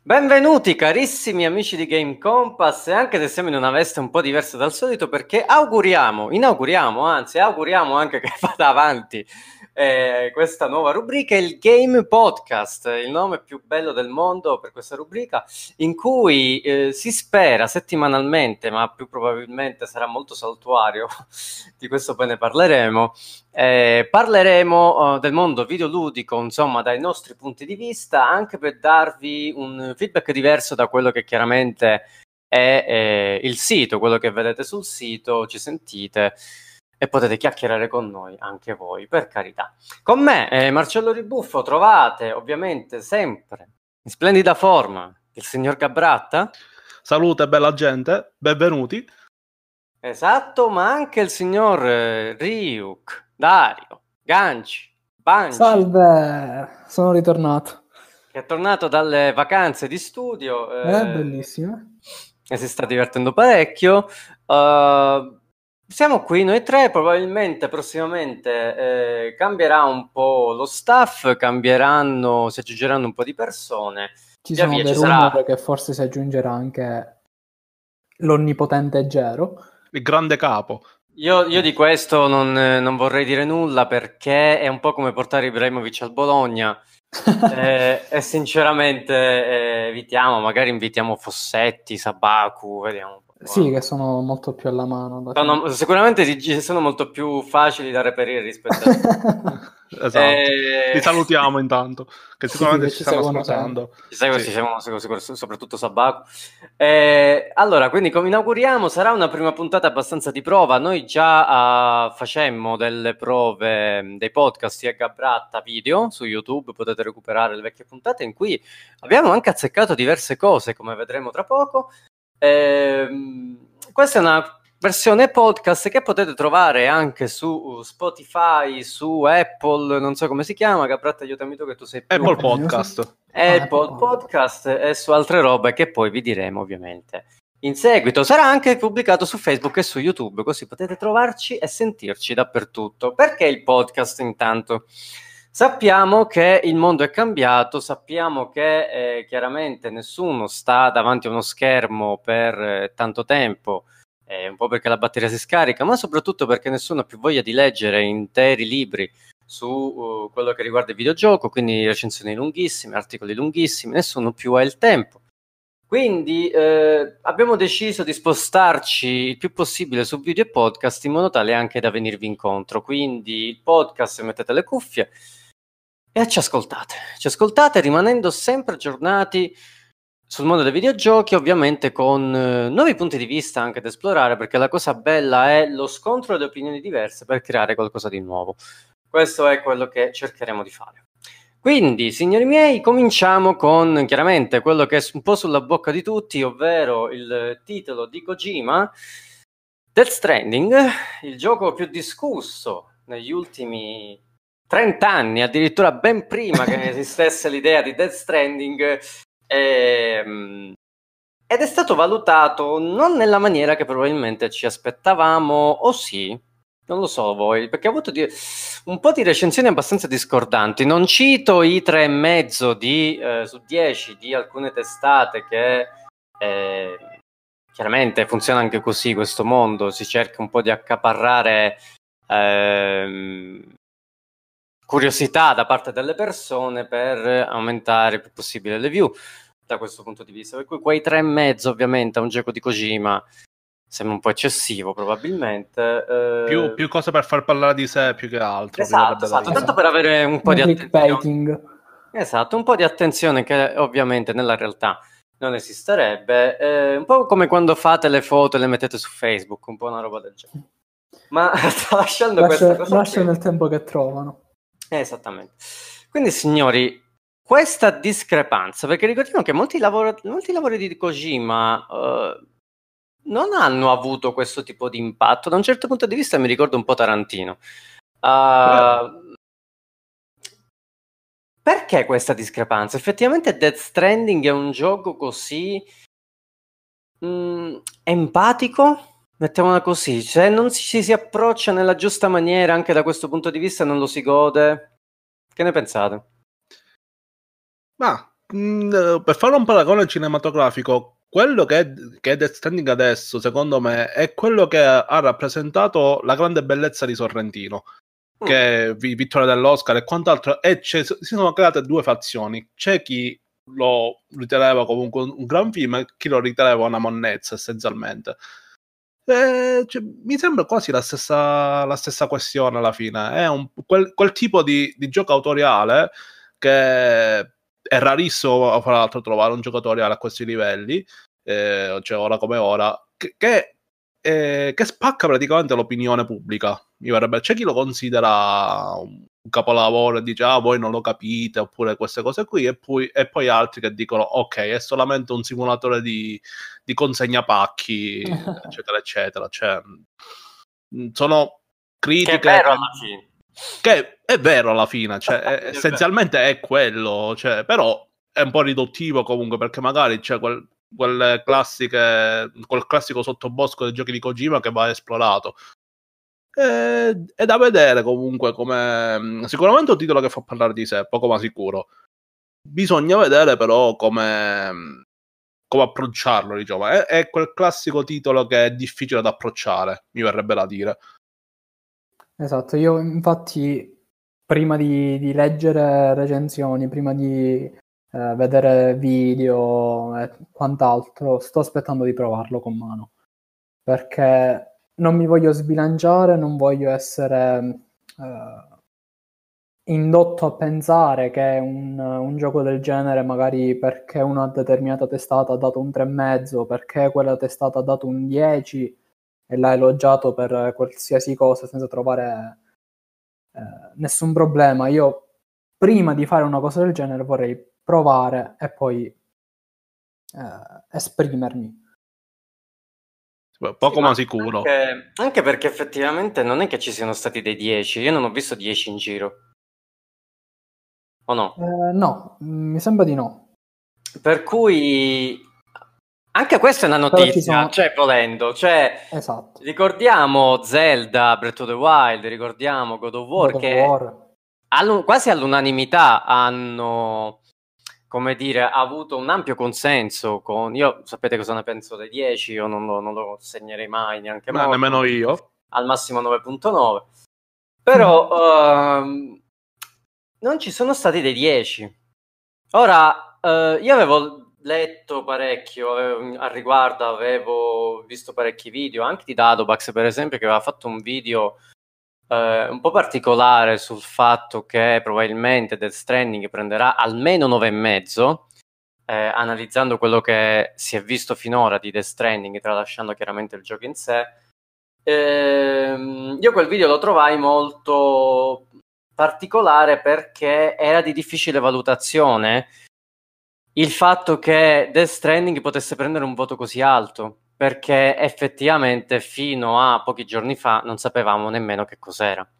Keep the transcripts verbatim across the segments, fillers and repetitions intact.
Benvenuti carissimi amici di Game Compass, e anche se siamo in una veste un po' diversa dal solito, perché auguriamo, inauguriamo, anzi auguriamo anche che vada avanti eh, questa nuova rubrica, il Game Podcast, il nome più bello del mondo per questa rubrica, in cui eh, si spera settimanalmente, ma più probabilmente sarà molto saltuario, di questo poi ne parleremo. Eh, parleremo uh, del mondo videoludico, insomma, dai nostri punti di vista, anche per darvi un feedback diverso da quello che chiaramente è eh, il sito, quello che vedete sul sito, ci sentite e potete chiacchierare con noi, anche voi, per carità. Con me, eh, Marcello Ribuffo, trovate ovviamente sempre in splendida forma il signor Gabratta. Salute, bella gente, benvenuti. Esatto, ma anche il signor eh, Ryuk, Dario, Ganci, Banci. Salve, sono ritornato. Che è tornato dalle vacanze di studio. Eh, Eh, bellissime. E si sta divertendo parecchio. Uh, siamo qui noi tre, probabilmente prossimamente eh, cambierà un po' lo staff, cambieranno, si aggiungeranno un po' di persone. Ci Via sono via, dei ci rumor sarà... che forse si aggiungerà anche l'onnipotente Gero. Il grande capo. Io, io di questo non, non vorrei dire nulla, perché è un po' come portare Ibrahimovic al Bologna. eh, e sinceramente eh, evitiamo, magari invitiamo Fossetti, Sabaku, vediamo un po'. Sì, che sono molto più alla mano. alla Sono, fine. sicuramente di- sono molto più facili da reperire rispetto a... Esatto. Eh, Li salutiamo intanto, che Sì, sicuramente che ci ci stanno seguono ascoltando. Ci seguono, Sì. ci seguono, sicur- sicur- soprattutto Sabaku. Eh, allora, quindi come inauguriamo, sarà una prima puntata abbastanza di prova. Noi già uh, facemmo delle prove dei podcast di Gabratta video su YouTube, potete recuperare le vecchie puntate in cui abbiamo anche azzeccato diverse cose, come vedremo tra poco. Eh, questa è una versione podcast che potete trovare anche su Spotify, su Apple, non so come si chiama, Gabratta, aiutami tu che tu sei più... Apple Podcast. Apple, Ah, Apple Podcast e su altre robe che poi vi diremo ovviamente in seguito. Sarà anche pubblicato su Facebook e su YouTube, così potete trovarci e sentirci dappertutto. Perché il podcast intanto? Sappiamo che il mondo è cambiato, sappiamo che eh, chiaramente nessuno sta davanti a uno schermo per eh, tanto tempo, eh, un po' perché la batteria si scarica, ma soprattutto perché nessuno ha più voglia di leggere interi libri su uh, quello che riguarda il videogioco, quindi recensioni lunghissime, articoli lunghissimi, nessuno più ha il tempo. Quindi eh, abbiamo deciso di spostarci il più possibile su video e podcast, in modo tale anche da venirvi incontro. Quindi il podcast, mettete le cuffie e ci ascoltate. Ci ascoltate rimanendo sempre aggiornati sul mondo dei videogiochi, ovviamente con eh, nuovi punti di vista anche da esplorare, perché la cosa bella è lo scontro di opinioni diverse per creare qualcosa di nuovo. Questo è quello che cercheremo di fare. Quindi, signori miei, cominciamo con chiaramente quello che è un po' sulla bocca di tutti, ovvero il titolo di Kojima, Death Stranding, il gioco più discusso negli ultimi trenta anni, addirittura ben prima che esistesse l'idea di Death Stranding, ehm, ed è stato valutato non nella maniera che probabilmente ci aspettavamo, o sì? Non lo so voi, perché ho avuto di, un po' di recensioni abbastanza discordanti. Non cito i tre e mezzo di, eh, su dieci di alcune testate che eh, chiaramente funziona anche così questo mondo, si cerca un po' di accaparrare ehm, curiosità da parte delle persone per aumentare il più possibile le view da questo punto di vista. Per cui quei tre e mezzo ovviamente a un gioco di Kojima sembra un po' eccessivo probabilmente. Eh... Più, più cose per far parlare di sé più che altro. Esatto, esatto, tanto per avere un po' Un di clickbaiting. Esatto, un po' di attenzione che ovviamente nella realtà non esisterebbe. Eh, un po' come quando fate le foto e le mettete su Facebook, un po' una roba del genere. Ma lasciando Lascia, questa cosa lascia qui. nel tempo che trovano. Eh, esattamente. Quindi, signori, questa discrepanza, perché ricordiamo che molti, lavoro, molti lavori di Kojima uh, non hanno avuto questo tipo di impatto. Da un certo punto di vista mi ricordo un po' Tarantino. Uh, perché questa discrepanza? Effettivamente Death Stranding è un gioco così mh, empatico, mettiamola così, se non ci si approccia nella giusta maniera anche da questo punto di vista non lo si gode. Che ne pensate? Ma mh, per fare un paragone cinematografico, quello che è, che è Death Stranding adesso, secondo me, è quello che ha rappresentato la grande bellezza di Sorrentino, mm. che è vittoria dell'Oscar e quant'altro, e si sono create due fazioni. C'è chi lo riteneva comunque un gran film e chi lo riteneva una monnezza, essenzialmente. Eh, cioè, mi sembra quasi la stessa, la stessa questione alla fine. È un, quel, quel tipo di, di gioco autoriale che è rarissimo, fra l'altro, trovare un gioco autoriale a questi livelli, eh, cioè ora come ora, che, che, eh, che spacca praticamente l'opinione pubblica. Mi verrebbe, c'è chi lo considera un capolavoro e dice ah voi non lo capite, oppure queste cose qui, e poi, e poi altri che dicono ok, è solamente un simulatore di, di consegna pacchi eccetera eccetera. Cioè, sono critiche che è vero alla fine, che è vero alla fine, cioè è, essenzialmente è quello, cioè, però è un po' riduttivo comunque, perché magari c'è quel, quelle classiche, quel classico sottobosco dei giochi di Kojima che va esplorato. È, è da vedere comunque, come sicuramente un titolo che fa parlare di sé, poco ma sicuro. Bisogna vedere però come, come approcciarlo, diciamo. È, è quel classico titolo che è difficile da approcciare, mi verrebbe da dire. Esatto, io infatti prima di, di leggere recensioni, prima di eh, vedere video e quant'altro, sto aspettando di provarlo con mano, perché non mi voglio sbilanciare, non voglio essere eh, indotto a pensare che un, un gioco del genere, magari perché una determinata testata ha dato un tre e mezzo, perché quella testata ha dato un dieci e l'ha elogiato per qualsiasi cosa senza trovare eh, nessun problema. Io prima di fare una cosa del genere vorrei provare e poi eh, esprimermi. Poco sì, ma, ma sicuro. Anche, anche perché effettivamente non è che ci siano stati dei dieci, io non ho visto dieci in giro. O no? Eh, no, mi sembra di no. Per cui anche questa è una notizia, sono... cioè volendo, cioè esatto. Ricordiamo Zelda, Breath of the Wild, ricordiamo God of War, God of che War. all- quasi all'unanimità hanno, come dire, avuto un ampio consenso con, io sapete cosa ne penso dei dieci, io non lo, non lo segnerei mai neanche Ma morto, nemmeno io. Al massimo nove virgola nove, però mm. uh, non ci sono stati dei dieci. Ora, uh, io avevo letto parecchio avevo, al riguardo, avevo visto parecchi video, anche di Dadobax per esempio, che aveva fatto un video Uh, un po' particolare sul fatto che probabilmente Death Stranding prenderà almeno nove e mezzo, eh, analizzando quello che si è visto finora di Death Stranding, tralasciando chiaramente il gioco in sé. Ehm, io quel video lo trovai molto particolare perché era di difficile valutazione il fatto che Death Stranding potesse prendere un voto così alto, perché effettivamente fino a pochi giorni fa non sapevamo nemmeno che cos'era.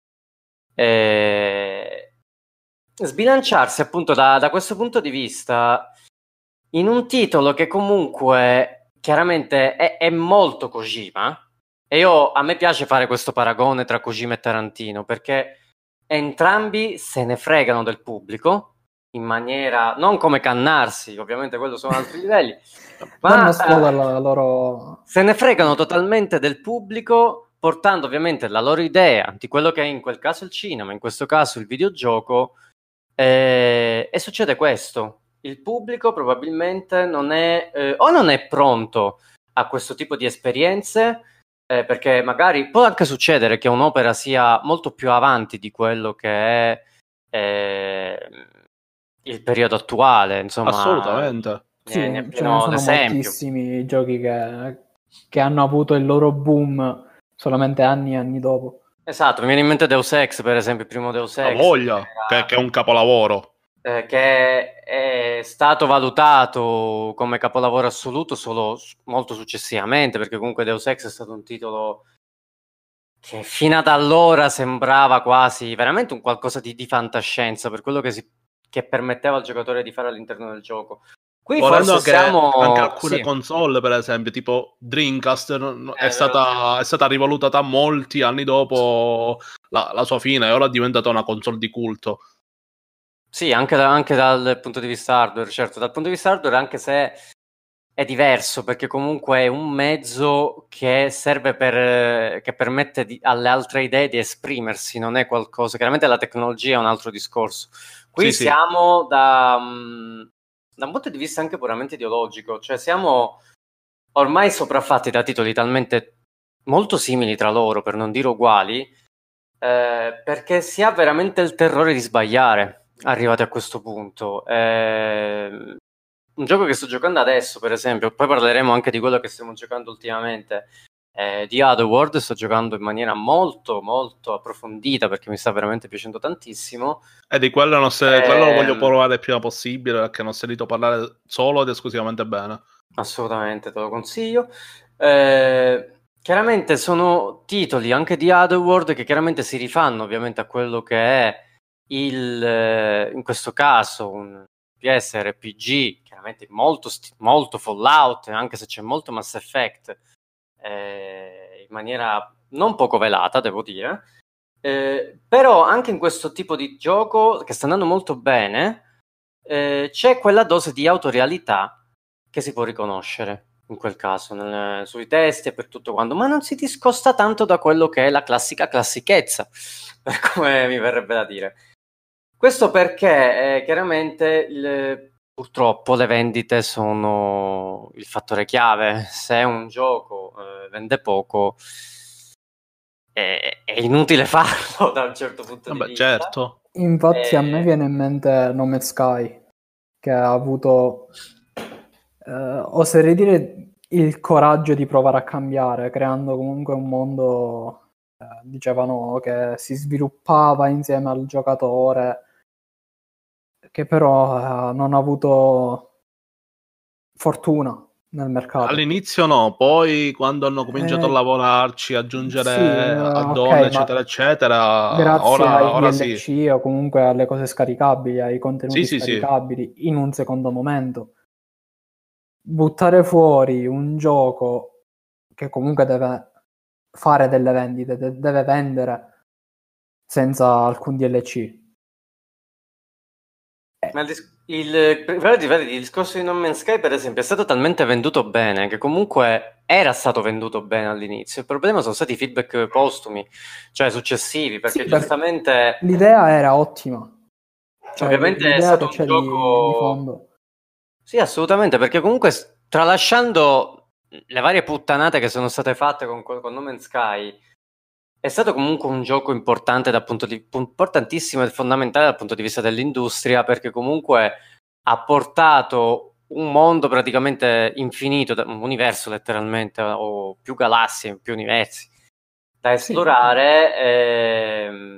E... Sbilanciarsi appunto da, da questo punto di vista in un titolo che comunque chiaramente è, è molto Kojima, e io, a me piace fare questo paragone tra Kojima e Tarantino, perché entrambi se ne fregano del pubblico in maniera, non come Cannarsi, ovviamente quello sono altri livelli, ma uh, la loro... se ne fregano totalmente del pubblico, portando ovviamente la loro idea di quello che è in quel caso il cinema, in questo caso il videogioco, eh, e succede questo: il pubblico probabilmente non è eh, o non è pronto a questo tipo di esperienze, eh, perché magari può anche succedere che un'opera sia molto più avanti di quello che è eh, il periodo attuale, insomma. Assolutamente. Sì, ne, ne ce ne sono esempio. moltissimi giochi che, che hanno avuto il loro boom solamente anni e anni dopo. Esatto, mi viene in mente Deus Ex, per esempio, il primo Deus Ex. La voglia, che, era, che è un capolavoro. Eh, che è stato valutato come capolavoro assoluto solo molto successivamente, perché comunque Deus Ex è stato un titolo che fino ad allora sembrava quasi veramente un qualcosa di, di fantascienza, per quello che, si, che permetteva al giocatore di fare all'interno del gioco. Qui Volendo forse anche, siamo... anche alcune sì. console, per esempio, tipo Dreamcast, è, è, stata, è stata rivalutata molti anni dopo la, la sua fine, e ora è diventata una console di culto. Sì, anche, da, anche dal punto di vista hardware, certo, dal punto di vista hardware, anche se è diverso, perché comunque è un mezzo che serve per, che permette di, alle altre idee di esprimersi, non è qualcosa, chiaramente la tecnologia è un altro discorso. Qui Sì, sì. siamo da, um, da un punto di vista anche puramente ideologico, cioè siamo ormai sopraffatti da titoli talmente molto simili tra loro, per non dire uguali, eh, perché si ha veramente il terrore di sbagliare arrivati a questo punto. Eh, un gioco che sto giocando adesso, per esempio, poi parleremo anche di quello che stiamo giocando ultimamente, eh, di Otherworld, sto giocando in maniera molto molto approfondita perché mi sta veramente piacendo tantissimo. E di quello, non se, Eh, quello lo voglio provare il prima possibile, perché non ho sentito parlare solo ed esclusivamente bene. Assolutamente, te lo consiglio. Eh, chiaramente sono titoli anche di Otherworld che chiaramente si rifanno ovviamente a quello che è il, eh, in questo caso, un P S R P G, chiaramente molto, sti- molto Fallout, anche se c'è molto Mass Effect, eh, in maniera non poco velata, devo dire. Eh, però anche in questo tipo di gioco, che sta andando molto bene, eh, c'è quella dose di autorealità che si può riconoscere in quel caso, nel, sui testi e per tutto quanto, ma non si discosta tanto da quello che è la classica classichezza, per come mi verrebbe da dire. Questo perché eh, chiaramente il, purtroppo le vendite sono il fattore chiave. Se un gioco eh, vende poco, è, è inutile farlo da un certo punto di Vabbè, vista. certo. Infatti Eh, a me viene in mente No Man's Sky, che ha avuto, eh, oserei dire, il coraggio di provare a cambiare, creando comunque un mondo, eh, dicevano, che si sviluppava insieme al giocatore, che però eh, non ha avuto fortuna nel mercato. All'inizio no, poi quando hanno cominciato Eh, a lavorarci, sì, aggiungere eh, add-on, ok, ma eccetera, eccetera, grazie ora, ai ora sì. D L C o comunque alle cose scaricabili, ai Sì, contenuti sì, sì. scaricabili in un secondo momento, buttare fuori un gioco che comunque deve fare delle vendite, de- deve vendere senza alcun D L C. Ma il, dis- il, prima di fare il discorso di No Man's Sky, per esempio, è stato talmente venduto bene che comunque era stato venduto bene all'inizio. Il problema sono stati i feedback postumi, cioè successivi, perché Sì, perché giustamente, l'idea era ottima, cioè l- ovviamente è l'idea stato che un c'è di, di gioco. fondo. Sì, assolutamente, perché comunque s- tralasciando le varie puttanate che sono state fatte con, con No Man's Sky, è stato comunque un gioco importante dal punto di, importantissimo e fondamentale dal punto di vista dell'industria, perché comunque ha portato un mondo praticamente infinito, un universo letteralmente, o più galassie, più universi da Sì, esplorare. ehm,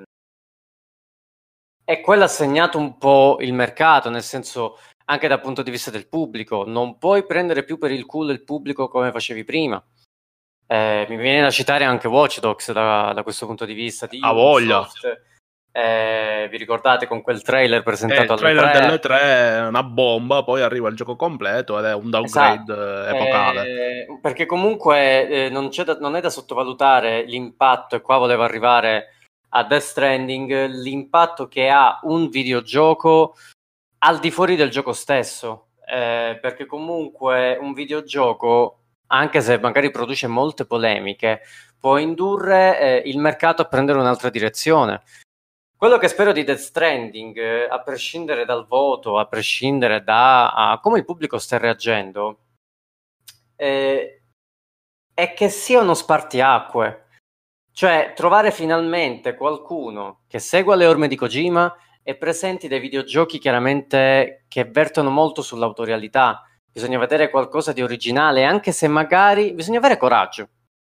E quello ha segnato un po' il mercato, nel senso anche dal punto di vista del pubblico. Non puoi prendere più per il culo il pubblico come facevi prima. Eh, mi viene da citare anche Watch Dogs da, da questo punto di vista di Ha voglia. Ubisoft. Eh, vi ricordate con quel trailer Eh, presentato il alle trailer delle tre? tre è una bomba, poi arriva il gioco completo ed è un Esatto. downgrade eh, epocale. Eh, perché comunque eh, non, c'è da- non è da sottovalutare l'impatto, e qua volevo arrivare a Death Stranding, l'impatto che ha un videogioco al di fuori del gioco stesso, eh, perché comunque un videogioco, anche se magari produce molte polemiche, può indurre eh, il mercato a prendere un'altra direzione. Quello che spero di Death Stranding, eh, a prescindere dal voto, a prescindere da a come il pubblico sta reagendo, eh, è che sia uno spartiacque. Cioè, trovare finalmente qualcuno che segua le orme di Kojima e presenti dei videogiochi chiaramente che vertono molto sull'autorialità. Bisogna vedere qualcosa di originale, anche se magari bisogna avere coraggio.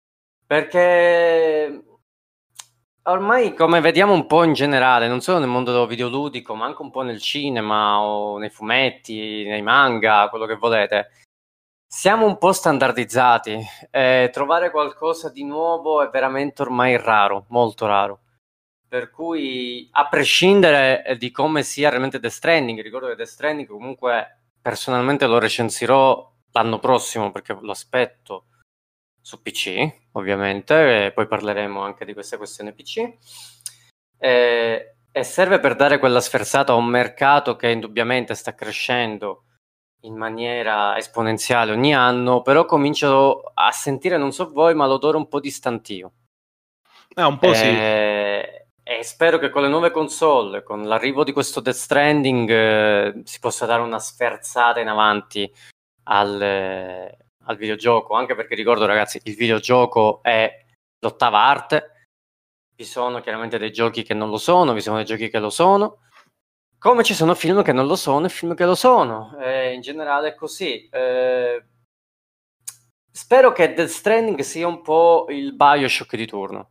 Perché ormai, come vediamo un po' in generale, non solo nel mondo videoludico, ma anche un po' nel cinema o nei fumetti, nei manga, quello che volete, siamo un po' standardizzati. Eh, trovare qualcosa di nuovo è veramente ormai raro, molto raro. Per cui, a prescindere eh, di come sia realmente Death Stranding, ricordo che Death Stranding comunque personalmente lo recensirò l'anno prossimo perché lo aspetto su P C, ovviamente, e poi parleremo anche di queste questioni P C. Eh, e serve per dare quella sferzata a un mercato che indubbiamente sta crescendo in maniera esponenziale ogni anno, però comincio a sentire, non so voi, ma l'odore un po' di stantio. Eh, un po' sì. E, e spero che con le nuove console, con l'arrivo di questo Death Stranding, eh, si possa dare una sferzata in avanti al, eh, al videogioco, anche perché ricordo, ragazzi, il videogioco è l'ottava arte. Vi sono chiaramente dei giochi che non lo sono, vi sono dei giochi che lo sono, come ci sono film che non lo sono e film che lo sono, eh, in generale è così. Eh, spero che Death Stranding sia un po' il Bioshock di turno,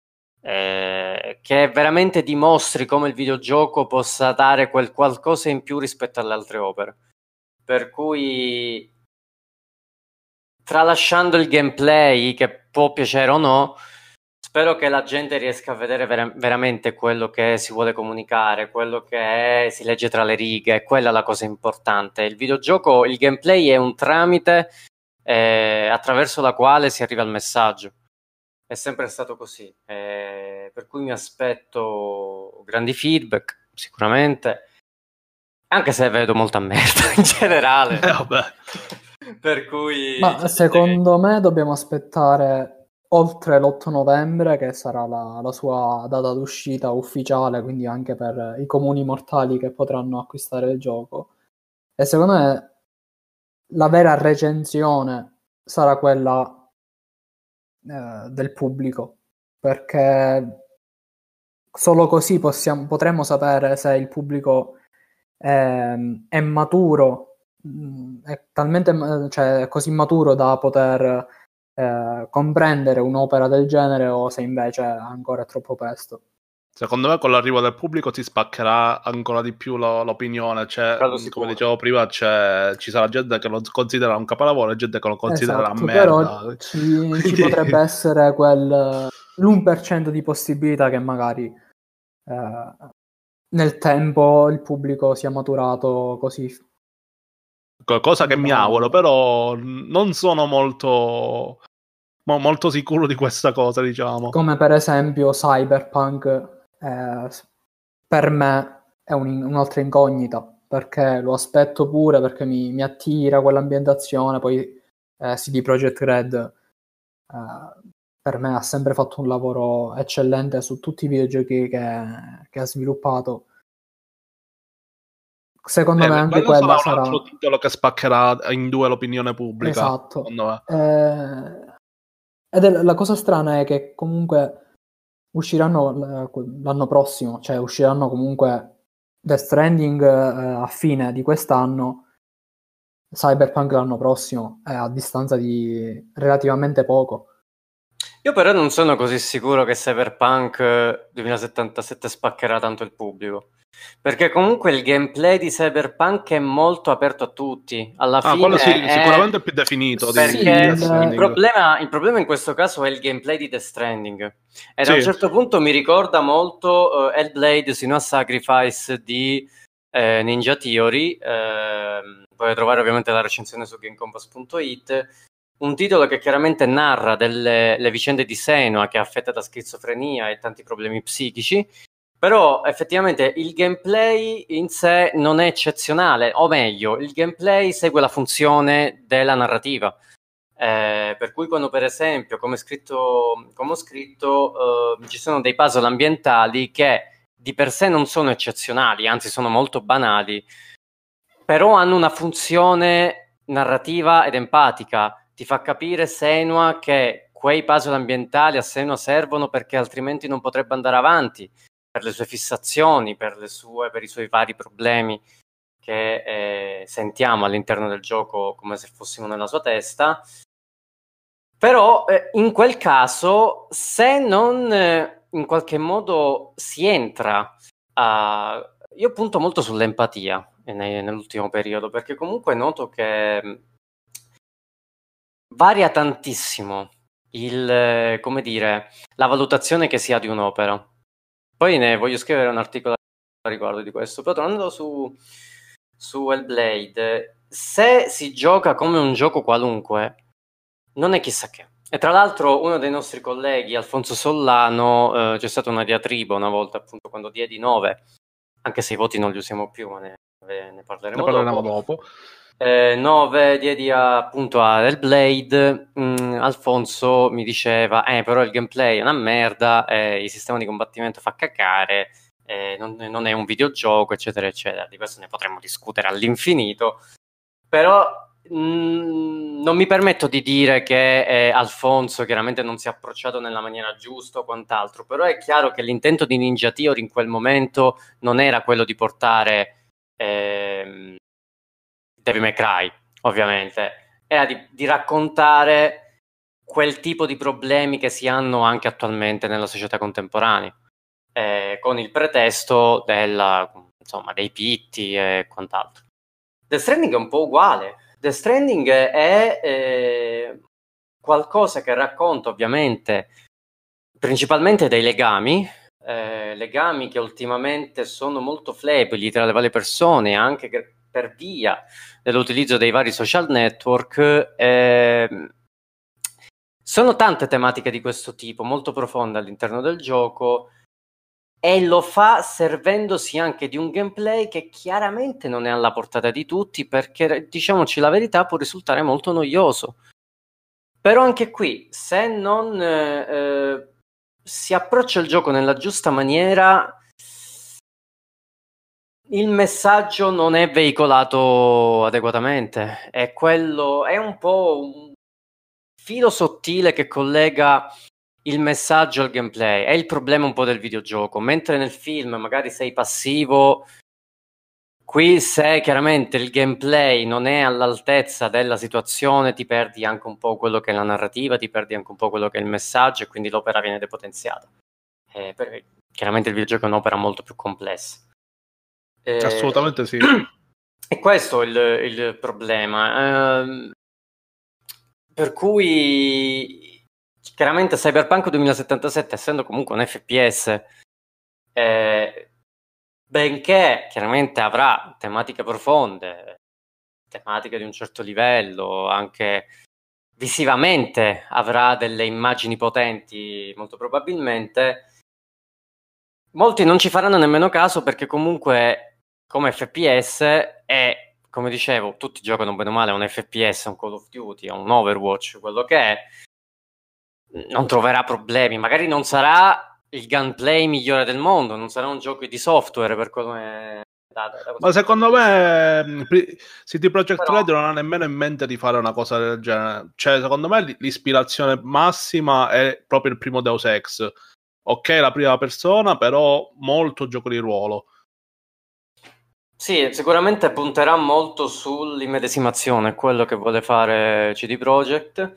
eh, che veramente dimostri come il videogioco possa dare quel qualcosa in più rispetto alle altre opere, per cui, tralasciando il gameplay che può piacere o no, spero che la gente riesca a vedere vera- veramente quello che si vuole comunicare, quello che è, si legge tra le righe, quella è la cosa importante. Il videogioco, il gameplay è un tramite eh, attraverso la quale si arriva al messaggio. È sempre stato così, eh, per cui mi aspetto grandi feedback, sicuramente, anche se vedo molta merda in generale. Eh, vabbè. Per cui... Ma secondo me dobbiamo aspettare oltre l'otto novembre, che sarà la, la sua data d'uscita ufficiale, quindi anche per i comuni mortali che potranno acquistare il gioco. E secondo me la vera recensione sarà quella eh, del pubblico, perché solo così possiamo, potremo sapere se il pubblico è, è maturo, mh, è talmente, cioè, così maturo da poter eh, comprendere un'opera del genere, o se invece ancora è troppo presto. Secondo me con l'arrivo del pubblico si spaccherà ancora di più lo, l'opinione, cioè, come dicevo prima, c'è, ci sarà gente che lo considera un capolavoro e gente che lo considera esatto, una merda. Però ci, Quindi... ci potrebbe essere quel l'uno per cento di possibilità che magari eh, nel tempo il pubblico sia maturato così. Cosa che no. mi auguro, però non sono molto... molto sicuro di questa cosa, diciamo. Come per esempio Cyberpunk, eh, per me è un, un'altra incognita, perché lo aspetto pure, perché mi, mi attira quell'ambientazione. Poi eh, C D Projekt Red eh, per me ha sempre fatto un lavoro eccellente su tutti i videogiochi che, che ha sviluppato. Secondo eh, me anche quella sarà un sarà altro titolo che spaccherà in due l'opinione pubblica. Esatto. Eh, ed è, la cosa strana è che comunque usciranno l'anno prossimo, cioè usciranno comunque Death Stranding eh, a fine di quest'anno, Cyberpunk l'anno prossimo, è a distanza di relativamente poco. Io però non sono così sicuro che Cyberpunk duemilasettantasette spaccherà tanto il pubblico, perché comunque il gameplay di Cyberpunk è molto aperto a tutti. Alla ah, fine quello sì, è... sicuramente è più definito. Perché di il, problema, il problema in questo caso è il gameplay di Death Stranding. E sì. da un certo punto mi ricorda molto uh, Hellblade Senua Sacrifice di eh, Ninja Theory. Eh, potete trovare ovviamente la recensione su gamecompass punto it. Un titolo che chiaramente narra delle le vicende di Senua, che è affetta da schizofrenia e tanti problemi psichici, però effettivamente il gameplay in sé non è eccezionale, o meglio, il gameplay segue la funzione della narrativa. Eh, per cui quando per esempio, come, scritto, come ho scritto, eh, ci sono dei puzzle ambientali che di per sé non sono eccezionali, anzi sono molto banali, però hanno una funzione narrativa ed empatica. Ti fa capire Senua che quei puzzle ambientali a Senua servono perché altrimenti non potrebbe andare avanti, per le sue fissazioni, per, le sue, per i suoi vari problemi che eh, sentiamo all'interno del gioco come se fossimo nella sua testa. Però eh, in quel caso, se non eh, in qualche modo si entra a... Io punto molto sull'empatia ne, nell'ultimo periodo, perché comunque noto che varia tantissimo il, come dire, la valutazione che si ha di un'opera. Poi ne voglio scrivere un articolo a riguardo di questo, però tornando su, su Hellblade, se si gioca come un gioco qualunque, non è chissà che. E tra l'altro uno dei nostri colleghi, Alfonso Sollano, eh, c'è stata una diatriba una volta, appunto, quando diedi nove, anche se i voti non li usiamo più, ma ne, ne parleremo, Ne parleremo dopo. dopo. Eh, nove diedi a, appunto a Hellblade. mm, Alfonso mi diceva, eh, però il gameplay è una merda, eh, il sistema di combattimento fa cacare, eh, non, non è un videogioco, eccetera, eccetera. Di questo ne potremmo discutere all'infinito, però... Mm, non mi permetto di dire che eh, Alfonso chiaramente non si è approcciato nella maniera giusta o quant'altro, però è chiaro che l'intento di Ninja Theory in quel momento non era quello di portare ehm, Devil May Cry, ovviamente, era di, di raccontare quel tipo di problemi che si hanno anche attualmente nella società contemporanea, eh, con il pretesto della, insomma, dei pitti e quant'altro. Death Stranding è un po' uguale. Death Stranding è eh, qualcosa che racconta ovviamente principalmente dei legami, eh, legami che ultimamente sono molto flebili tra le varie persone, anche che per via dell'utilizzo dei vari social network. Eh, sono tante tematiche di questo tipo, molto profonde all'interno del gioco, e lo fa servendosi anche di un gameplay che chiaramente non è alla portata di tutti, perché, diciamoci la verità, può risultare molto noioso. Però anche qui, se non eh, si approccia il gioco nella giusta maniera, il messaggio non è veicolato adeguatamente. È quello, è un po' un filo sottile che collega il messaggio al gameplay. È il problema un po' del videogioco. Mentre nel film magari sei passivo, qui se chiaramente il gameplay non è all'altezza della situazione, ti perdi anche un po' quello che è la narrativa, ti perdi anche un po' quello che è il messaggio, e quindi l'opera viene depotenziata. Eh, perché chiaramente il videogioco è un'opera molto più complessa. Eh, Assolutamente sì. E questo è il, il problema. Eh, per cui chiaramente Cyberpunk duemilasettantasette, essendo comunque un F P S, eh, benché chiaramente avrà tematiche profonde, tematiche di un certo livello, anche visivamente avrà delle immagini potenti, molto probabilmente, molti non ci faranno nemmeno caso, perché comunque come F P S è, come dicevo, tutti giocano bene o male a un F P S, a un Call of Duty, a un Overwatch, quello che è, non troverà problemi. Magari non sarà il gunplay migliore del mondo, non sarà un gioco di software per come... Da, da, da Ma secondo me C D Projekt Però... Red non ha nemmeno in mente di fare una cosa del genere. Cioè, secondo me l'ispirazione massima è proprio il primo Deus Ex. Ok, la prima persona, però molto gioco di ruolo. Sì, sicuramente punterà molto sull'immedesimazione, quello che vuole fare C D Projekt.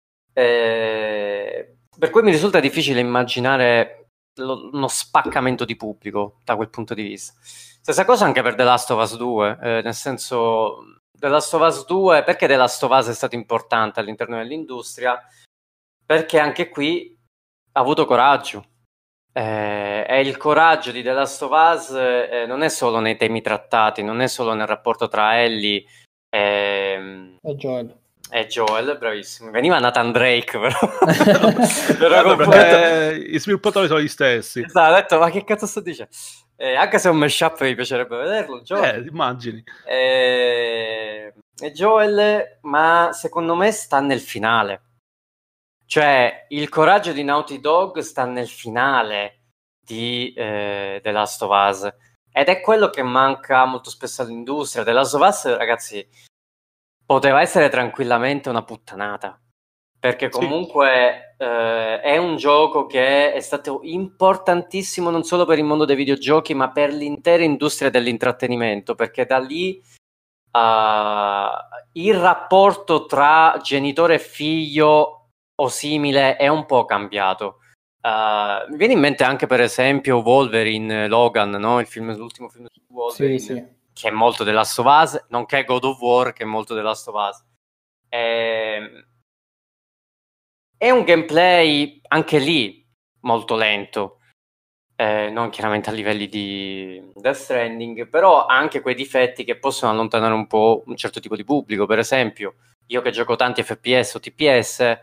Eh, per cui mi risulta difficile immaginare lo, uno spaccamento di pubblico da quel punto di vista. Stessa cosa anche per The Last of Us due, eh, nel senso, The Last of Us due, perché The Last of Us è stato importante all'interno dell'industria? Perché anche qui ha avuto coraggio. Eh, e il coraggio di The Last of Us eh, non è solo nei temi trattati, non è solo nel rapporto tra Ellie e, e Joel. E Joel, bravissimo. Veniva Nathan Drake, però. però perché i sviluppatori sono gli stessi. Esatto, ho detto, ma che cazzo sto dicendo? Eh, anche se è un mashup mi piacerebbe vederlo. Joel. Eh, immagini. Eh, e Joel, ma secondo me sta nel finale. Cioè, il coraggio di Naughty Dog sta nel finale di eh, The Last of Us. Ed è quello che manca molto spesso all'industria. The Last of Us, ragazzi, poteva essere tranquillamente una puttanata, perché comunque sì. eh, è un gioco che è stato importantissimo non solo per il mondo dei videogiochi, ma per l'intera industria dell'intrattenimento, perché da lì uh, il rapporto tra genitore e figlio o simile è un po' cambiato. Uh, mi viene in mente anche per esempio Wolverine, Logan, no? Il film, l'ultimo film su Wolverine. Sì, sì. Che è molto The Last of Us, nonché God of War, che è molto The Last of Us. È, è un gameplay anche lì molto lento, eh, non chiaramente a livelli di Death Stranding, però ha anche quei difetti che possono allontanare un po' un certo tipo di pubblico. Per esempio, io che gioco tanti F P S o T P S,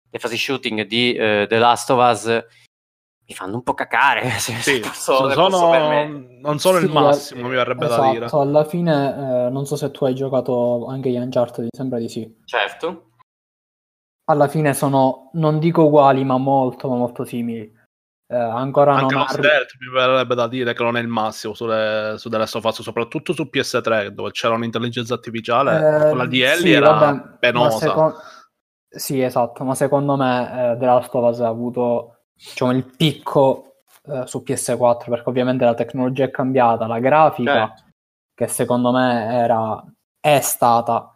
le fasi shooting di uh, The Last of Us mi fanno un po' cacare. Se, sì, posso, sono, posso non sono sì, il massimo, mi verrebbe esatto, da dire. Alla fine, eh, non so se tu hai giocato anche gli Uncharted, mi sembra di sì. Certo. Alla fine sono, non dico uguali, ma molto, ma molto simili. Eh, ancora Anche non lo arri- stealth mi verrebbe da dire che non è il massimo sulle, su The Last of Us, soprattutto su P S tre, dove c'era un'intelligenza artificiale, Eh, quella di Ellie sì, era vabbè, ma penosa. seco- sì, esatto, ma secondo me eh, The Last of Us ha avuto, diciamo, il picco eh, su P S quattro, perché ovviamente la tecnologia è cambiata, la grafica, Certo. che secondo me era, è stata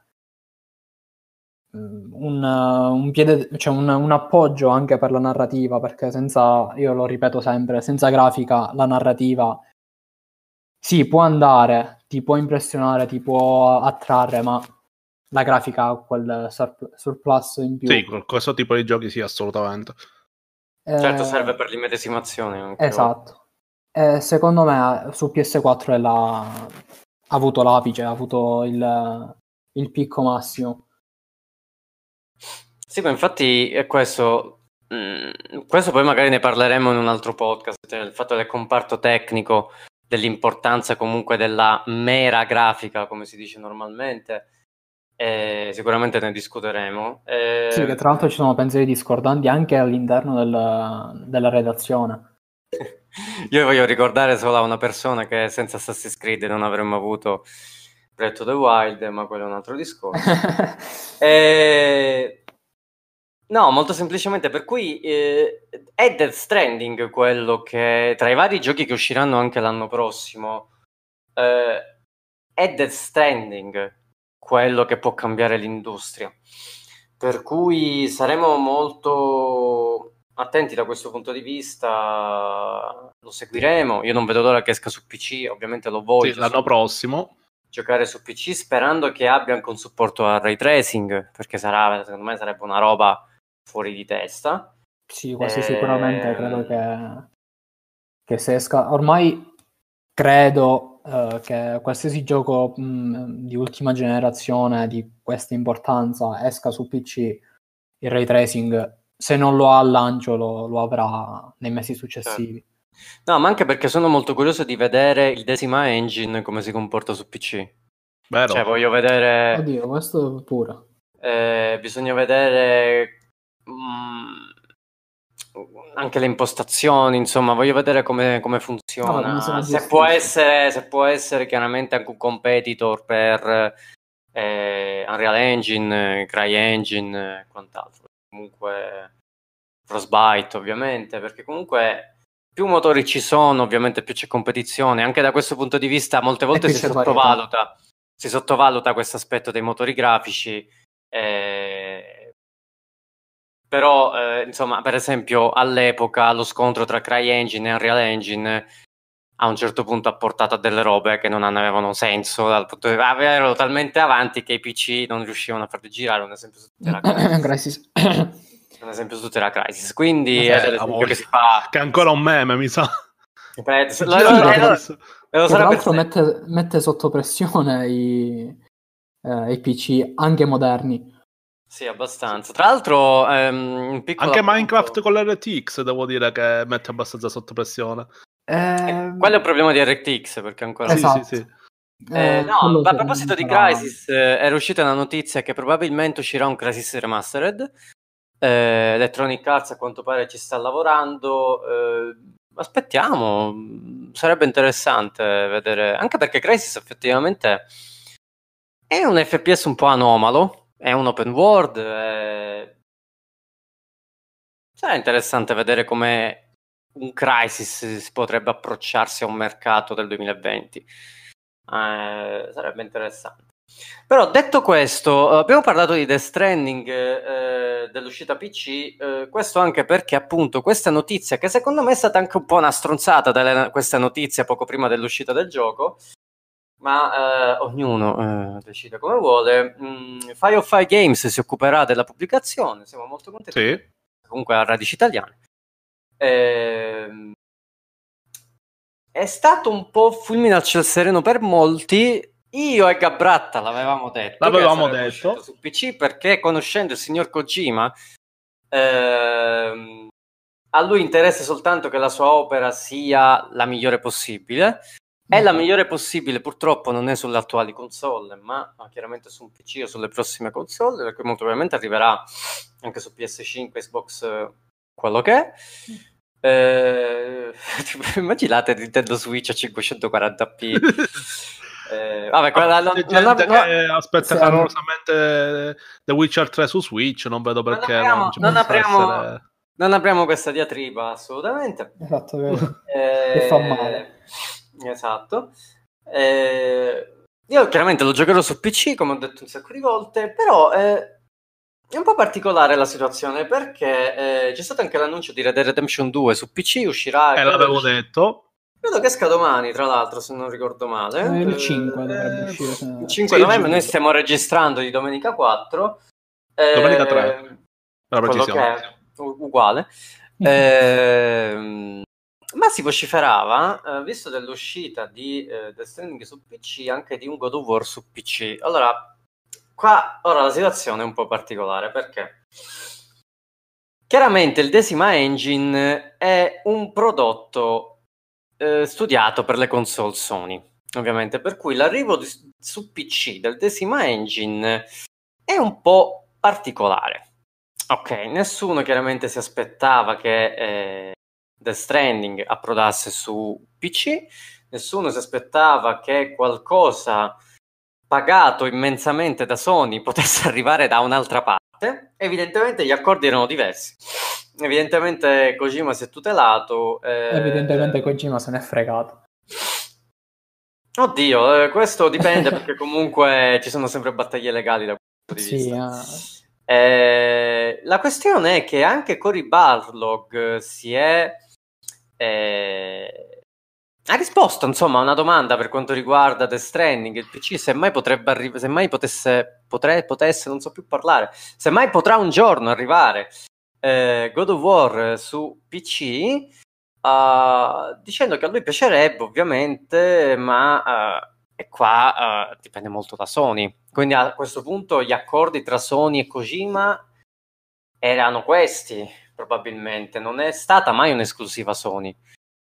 mm, un, un piede, cioè un, un appoggio anche per la narrativa, perché senza, io lo ripeto sempre, senza grafica la narrativa sì, può andare, ti può impressionare, ti può attrarre, ma la grafica ha quel sur- surplus in più. Sì, con questo tipo di giochi sì, assolutamente. Certo, Eh, serve per l'immedesimazione anche. esatto. Eh, secondo me su P S quattro è la... ha avuto l'apice, ha avuto il, il picco massimo. Sì, ma infatti è questo. mm, Questo poi magari ne parleremo in un altro podcast, cioè il fatto del comparto tecnico, dell'importanza comunque della mera grafica, come si dice normalmente. Eh, sicuramente ne discuteremo. Eh, Sì, che tra l'altro ci sono pensieri discordanti anche all'interno del- della redazione. Io voglio ricordare solo a una persona che senza Assassin's Creed non avremmo avuto Breath of the Wild, ma quello è un altro discorso. Eh, No, molto semplicemente, per cui eh, è Death Stranding quello che, tra i vari giochi che usciranno anche l'anno prossimo, eh, è Death Stranding quello che può cambiare l'industria. Per cui saremo molto attenti da questo punto di vista, lo seguiremo. Io non vedo l'ora che esca su P C, ovviamente lo voglio Sì, l'anno prossimo. giocare su P C, sperando che abbia anche un supporto al ray tracing, perché sarà, secondo me sarebbe una roba fuori di testa. Sì, quasi Ehm, sicuramente credo che, che se esca. Ormai credo eh, che qualsiasi gioco mh, di ultima generazione di questa importanza esca su P C, il ray tracing, se non lo ha al lancio, lo, lo avrà nei mesi successivi. No, ma anche perché sono molto curioso di vedere il Decima Engine come si comporta su P C. Vero? Cioè, voglio vedere. Oddio, questo pure. Eh, bisogna vedere mm, anche le impostazioni, insomma, voglio vedere come, come Vabbè, come funziona. se la Se può gestisce. essere, se può essere chiaramente anche un competitor per eh, Unreal Engine, CryEngine e quant'altro. Comunque Frostbite, ovviamente, perché comunque più motori ci sono, ovviamente più c'è competizione. Anche da questo punto di vista molte volte più si c'è sottovaluta, si sottovaluta questo aspetto dei motori grafici. Eh, però, eh, insomma, per esempio, all'epoca lo scontro tra CryEngine e Unreal Engine a un certo punto ha portato a delle robe che non avevano senso dal punto di vista, erano talmente avanti che i P C non riuscivano a farli girare. Un esempio su tutti era Crysis. Un esempio su tutti era Crysis. Quindi Eh, è l'esempio che si fa. che è ancora un meme, mi sa. Beh, Si lo, gira lo, Sì, lo, che tra, lo, Crysis. lo che tra sarà per l'altro sempre. mette, mette sotto pressione i, eh, i P C anche moderni. Sì, abbastanza. Tra l'altro, ehm, un piccolo Anche appunto. Minecraft con l'R T X devo dire che mette abbastanza sotto pressione. Eh, Quello è un problema di R T X perché ancora Sì, esatto. sì, sì. Eh, Eh, no, quello a secondo me proposito di sarà... Crysis, eh, era uscita una notizia che probabilmente uscirà un Crysis Remastered. Eh, Electronic Arts a quanto pare ci sta lavorando. Eh, aspettiamo, sarebbe interessante vedere, anche perché Crysis effettivamente è un F P S un po' anomalo, è un open world. Eh... Sarà interessante vedere come un Crysis si potrebbe approcciarsi a un mercato del duemilaventi. Eh, sarebbe interessante. Però detto questo, abbiamo parlato di Death Stranding, eh, dell'uscita P C, eh, questo anche perché appunto questa notizia, che secondo me è stata anche un po' una stronzata, delle, questa notizia poco prima dell'uscita del gioco, ma eh, ognuno eh, decide come vuole. Mm, Firefly Games si occuperà della pubblicazione, siamo molto contenti, Sì. comunque ha radici italiane. Eh, è stato un po' fulmine al ciel sereno per molti. Io e Gabratta l'avevamo detto L'avevamo che sarebbe detto. uscito su P C perché conoscendo il signor Kojima ehm, a lui interessa soltanto che la sua opera sia la migliore possibile. È la migliore possibile, purtroppo non è sulle attuali console, ma chiaramente su un P C o sulle prossime console, perché molto probabilmente arriverà anche su P S cinque, Xbox, quello che è. Eh, immaginate Nintendo Switch a cinquecentoquaranta p. eh, vabbè, quella, non, C'è non, gente non, che aspetta calorosamente The Witcher tre su Switch, non vedo perché non, apriamo, non ci non, possa apriamo, essere... non apriamo questa diatriba, assolutamente. Esatto, vero. Eh, E fa male. Esatto. Eh, io chiaramente lo giocherò su P C, come ho detto un sacco di volte, però eh, è un po' particolare la situazione, perché eh, c'è stato anche l'annuncio di Red Dead Redemption due su P C, uscirà... Eh, credo l'avevo che- detto. Credo che esca domani, tra l'altro, se non ricordo male. Eh, il Eh, cinque dovrebbe uscire. Se... il cinque Sì, il novembre, noi cinque. stiamo registrando di domenica quattro. Eh, Domenica tre, per la quello che precisione. è u- uguale. Eh, ma si vociferava, eh, visto dell'uscita di eh, Death Stranding su P C, anche di un God of War su P C. Allora, qua ora la situazione è un po' particolare, perché chiaramente il Decima Engine è un prodotto eh, studiato per le console Sony, ovviamente, per cui l'arrivo di, su P C del Decima Engine è un po' particolare. Ok, nessuno chiaramente si aspettava che eh, Death Stranding approdasse su P C, nessuno si aspettava che qualcosa pagato immensamente da Sony potesse arrivare da un'altra parte. Evidentemente gli accordi erano diversi. Evidentemente Kojima si è tutelato. Eh... Evidentemente Kojima se n'è fregato. Oddio, eh, questo dipende perché comunque ci sono sempre battaglie legali da questo punto di Sì, vista. eh. Eh, la questione è che anche Cory Barlog si è eh, ha risposto insomma a una domanda per quanto riguarda Death Stranding, il P C, se mai potrebbe arrivare, se mai potesse, potre, potesse, non so più parlare, se mai potrà un giorno arrivare eh, God of War su P C, uh, dicendo che a lui piacerebbe ovviamente, ma uh, e qua uh, dipende molto da Sony. Quindi a questo punto gli accordi tra Sony e Kojima erano questi, probabilmente. Non è stata mai un'esclusiva Sony.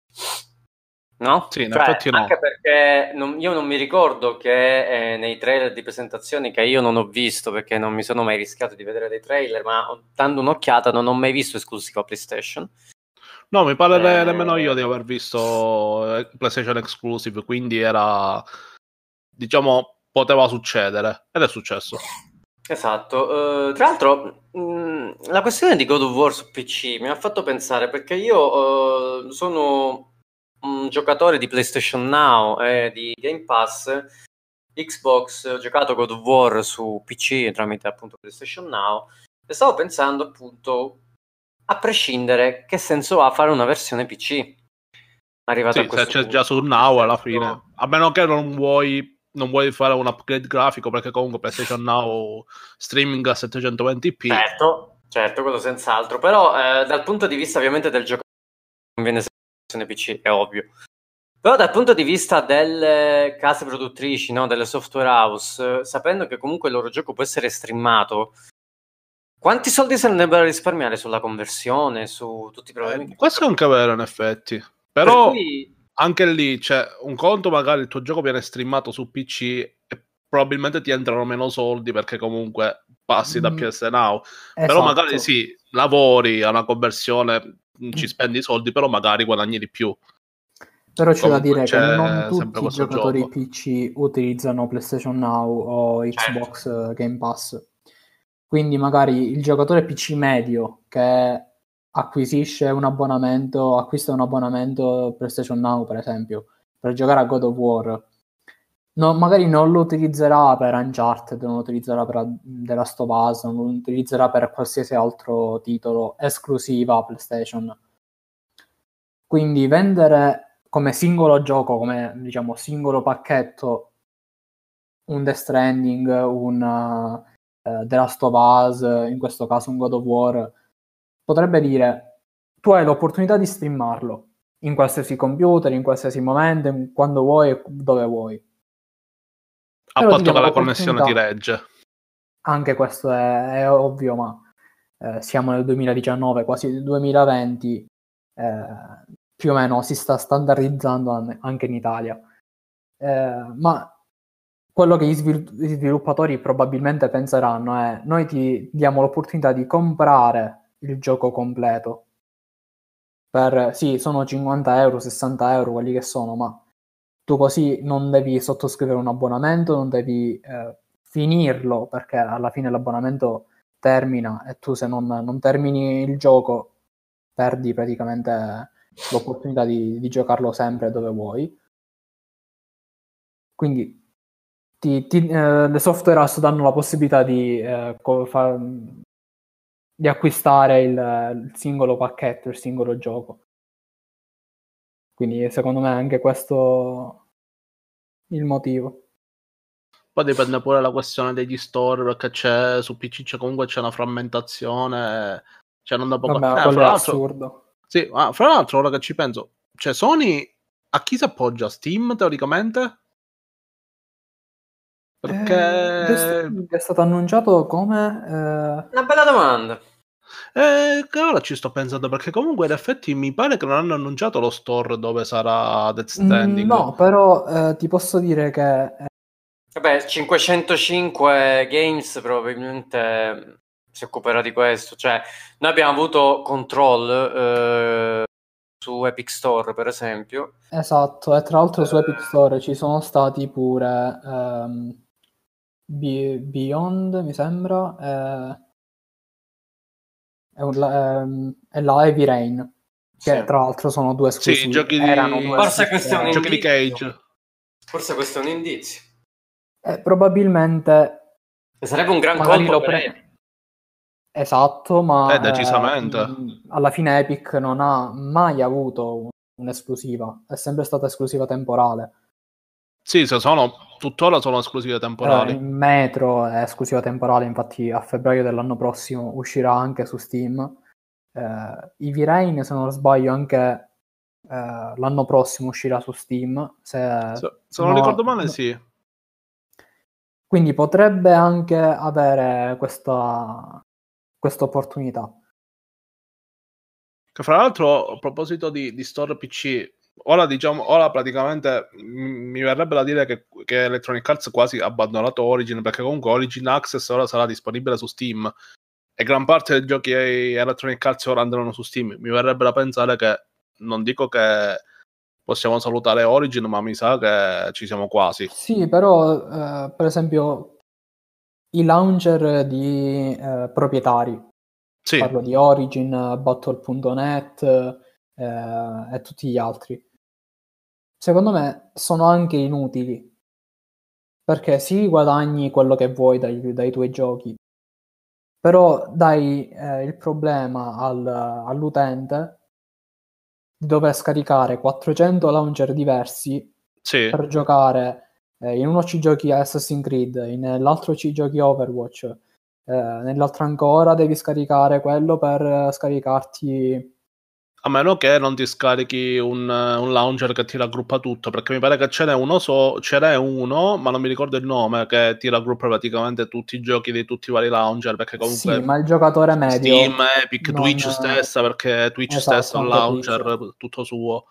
No? Sì, in Cioè, effetti no. anche perché non, io non mi ricordo che eh, nei trailer di presentazioni, che io non ho visto perché non mi sono mai rischiato di vedere dei trailer, ma dando un'occhiata non ho mai visto esclusiva PlayStation. No, mi pare Eh, nemmeno io di aver visto eh, PlayStation Exclusive, quindi era, diciamo, poteva succedere, ed è successo. Esatto. Uh, tra l'altro, mh, la questione di God of War su P C mi ha fatto pensare, perché io uh, sono un giocatore di PlayStation Now e di Game Pass, Xbox, ho giocato God of War su P C tramite appunto PlayStation Now, e stavo pensando appunto, a prescindere, che senso ha fare una versione P C arrivato Sì, a questo se c'è punto, già su Now alla senso... fine, a meno che non vuoi, non vuoi fare un upgrade grafico, perché comunque PlayStation Now streaming a settecentoventi p. Certo, certo, quello senz'altro, però eh, dal punto di vista ovviamente del giocatore non viene versione P C, è ovvio. Però dal punto di vista delle case produttrici, no, delle software house, eh, sapendo che comunque il loro gioco può essere streamato, quanti soldi se ne dovrebbero risparmiare sulla conversione, su tutti i problemi? Eh, che questo è anche vero in effetti, Per però cui... anche lì c'è un conto, magari il tuo gioco viene streamato su P C e probabilmente ti entrano meno soldi perché comunque passi da Mm, P S Now, esatto. però magari sì, lavori a una conversione, ci spendi i soldi, però magari guadagni di più. Però c'è da Comunque dire che c'è non sempre tutti i questo giocatori gioco. P C utilizzano PlayStation Now o Xbox Certo. Game Pass. Quindi magari il giocatore P C medio che acquisisce un abbonamento, acquista un abbonamento PlayStation Now, per esempio, per giocare a God of War, no, magari non lo utilizzerà per Uncharted, non lo utilizzerà per The Last of Us, non lo utilizzerà per qualsiasi altro titolo esclusiva PlayStation. Quindi vendere come singolo gioco, come diciamo singolo pacchetto, un Death Stranding, un uh, The Last of Us, in questo caso un God of War, potrebbe dire tu hai l'opportunità di streamarlo in qualsiasi computer, in qualsiasi momento, in quando vuoi e dove vuoi. A Però ti patto che diamo la connessione ti l'opportunità, regge. anche questo è, è ovvio, ma eh, siamo nel duemiladiciannove, quasi nel duemilaventi, eh, più o meno si sta standardizzando an- anche in Italia. Eh, ma quello che gli, svil- gli sviluppatori probabilmente penseranno è: noi ti diamo l'opportunità di comprare il gioco completo per, sì, sono cinquanta euro, sessanta euro, quelli che sono, ma tu così non devi sottoscrivere un abbonamento, non devi eh, finirlo, perché alla fine l'abbonamento termina e tu, se non, non termini il gioco, perdi praticamente l'opportunità di, di giocarlo sempre dove vuoi. Quindi ti, ti, eh, le software house danno la possibilità di, eh, co- fa- di acquistare il, il singolo pacchetto, il singolo gioco. Quindi secondo me è anche questo il motivo. Poi dipende pure dalla questione degli store, perché c'è su P C c'è comunque c'è una frammentazione, cioè non da poco. Vabbè, Eh, quello fra è l'altro, assurdo. sì, ma fra l'altro ora che ci penso, cioè Sony a chi si appoggia? Steam teoricamente? Eh, The Perché Stranding è stato annunciato come... Una bella domanda. eh, che ora ci sto pensando, perché comunque in effetti mi pare che non hanno annunciato lo store dove sarà Death eh, mm, Stranding. no, però eh, ti posso dire che... eh, Vabbè, cinquecentocinque Games probabilmente si occuperà di questo. Cioè, noi abbiamo avuto Control eh, su Epic Store, per esempio. esatto, e tra l'altro su Epic Eh, Store ci sono stati pure ehm, Be- Beyond, mi sembra, eh, e, un- ehm, e la Heavy Rain, sì. che tra l'altro sono due Sì, i esclusive, giochi erano due di, Forse questo è un esclusive. giochi di indizio. Cage. Forse questo è un indizio. E probabilmente E sarebbe un gran magari colpo lo per pre... Epic. Esatto, Eh, ma eh, decisamente. mh, alla fine Epic non ha mai avuto un- un'esclusiva, è sempre stata esclusiva temporale. Sì, se sono, tuttora sono esclusive Eh, temporali. il Metro è esclusiva temporale, infatti a febbraio dell'anno prossimo uscirà anche su Steam. Eh, Heavy Rain, se non sbaglio, anche eh, l'anno prossimo uscirà su Steam. Se, Se, se non ricordo no- male, no. sì. Quindi potrebbe anche avere questa questa opportunità. Che fra l'altro, a proposito di, di store P C, ora diciamo, ora praticamente m- mi verrebbe da dire che, che Electronic Arts quasi ha abbandonato Origin, perché comunque Origin Access ora sarà disponibile su Steam e gran parte dei giochi Electronic Arts ora andranno su Steam. Mi verrebbe da pensare che, non dico che possiamo salutare Origin, ma mi sa che ci siamo quasi. Sì, però eh, per esempio i launcher di eh, proprietari, Sì, parlo di Origin, Battle punto net eh, e tutti gli altri, secondo me sono anche inutili, perché sì, guadagni quello che vuoi dai, dai tuoi giochi, però dai eh, il problema al- all'utente di dover scaricare quattrocento launcher diversi sì. per giocare. Eh, in uno ci giochi Assassin's Creed, in- nell'altro ci giochi Overwatch, eh, nell'altro ancora devi scaricare quello per eh, scaricarti. A meno che non ti scarichi un, un launcher che ti raggruppa tutto, perché mi pare che ce n'è uno, so, ce n'è uno, ma non mi ricordo il nome, che ti raggruppa praticamente tutti i giochi di tutti i vari launcher, perché Sì, comunque ma il giocatore Steam, medio Epic, non... Twitch stessa, perché Twitch stesso Esatto, ha un anche Twitch. launcher tutto suo.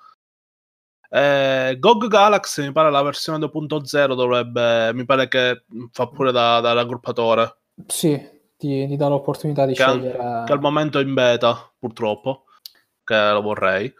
Eh, G O G Galaxy, mi pare la versione due punto zero dovrebbe, mi pare che fa pure da, da raggruppatore, Sì, ti, ti dà l'opportunità di che, al- che al scegliere. momento è in beta, purtroppo, che lo vorrei.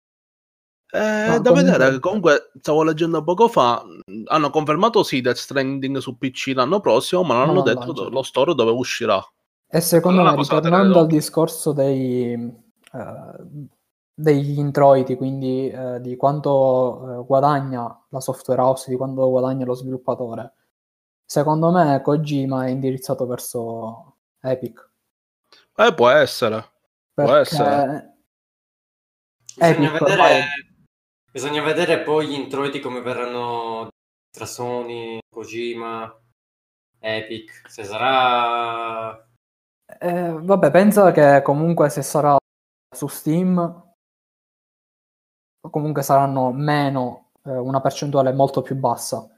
È Ma da comunque, vedere, comunque stavo leggendo poco fa, mh, hanno confermato sì Death Stranding su P C l'anno prossimo, ma non ma hanno non detto lancia. do- lo store dove uscirà. E E quella secondo è una me, cosa da tenere ritornando al d'occhio. discorso dei, eh, degli introiti, quindi eh, di quanto eh, guadagna la software house, di quanto guadagna lo sviluppatore, secondo me Kojima è indirizzato verso Epic, Eh, può essere, può essere. perché Bisogna Epic ormai... vedere, bisogna vedere poi gli introiti come verranno tra Sony, Kojima, Epic. Se sarà... eh, vabbè, pensa che comunque se sarà su Steam, comunque saranno meno, eh, una percentuale molto più bassa.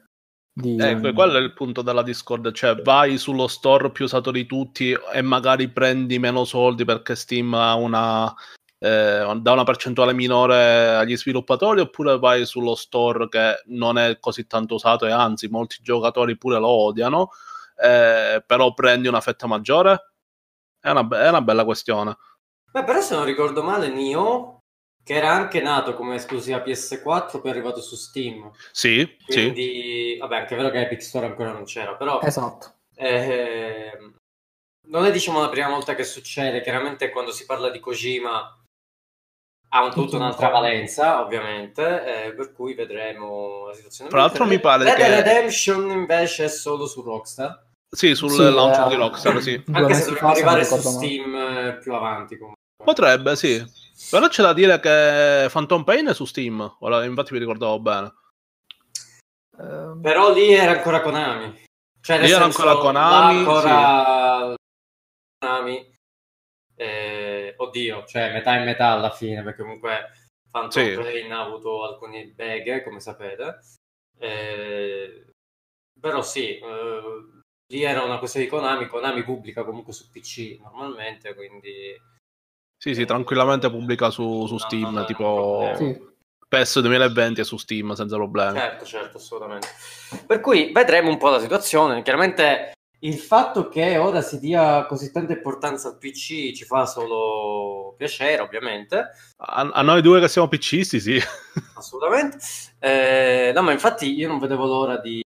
Di... Ecco, quello è il punto della Discord, cioè vai sullo store più usato di tutti e magari prendi meno soldi perché Steam ha una eh, dà una percentuale minore agli sviluppatori, oppure vai sullo store che non è così tanto usato e anzi molti giocatori pure lo odiano, eh, però prendi una fetta maggiore? È una, è una bella questione. Beh, però se non ricordo male Nioh, che era anche nato come esclusiva P S quattro, poi è arrivato su Steam. Sì, quindi sì. Vabbè, anche è vero che Epic Store ancora non c'era, però Esatto. eh, non è diciamo la prima volta che succede. Chiaramente quando si parla di Kojima ha un, tutta un'altra valenza, ovviamente, eh, per cui vedremo la situazione. Tra l'altro mi pare Red che Redemption invece è solo su Rockstar. Sì, sul Sì, launcher eh, di Rockstar, sì. Anche se dovrebbe arrivare su male. Steam eh, più avanti comunque. Potrebbe, sì. Però c'è da dire che Phantom Pain è su Steam. Ora, infatti mi ricordavo bene. Uh, Però lì era ancora Konami. Cioè, nel lì era senso, ancora Konami, ancora... sì. Konami. Eh, oddio, cioè metà e metà alla fine, perché comunque Phantom sì. Pain ha avuto alcuni beghe, come sapete. Eh, però sì, eh, lì era una questione di Konami. Konami pubblica comunque su P C normalmente, quindi... Sì, sì, tranquillamente pubblica su, su Steam, tipo sì. P E S duemilaventi è su Steam senza problemi. Certo, certo, assolutamente. Per cui vedremo un po' la situazione. Chiaramente il fatto che ora si dia così tanta importanza al P C ci fa solo piacere, ovviamente. A, a noi due che siamo PCisti, sì. Assolutamente. Eh, no, ma infatti io non vedevo l'ora di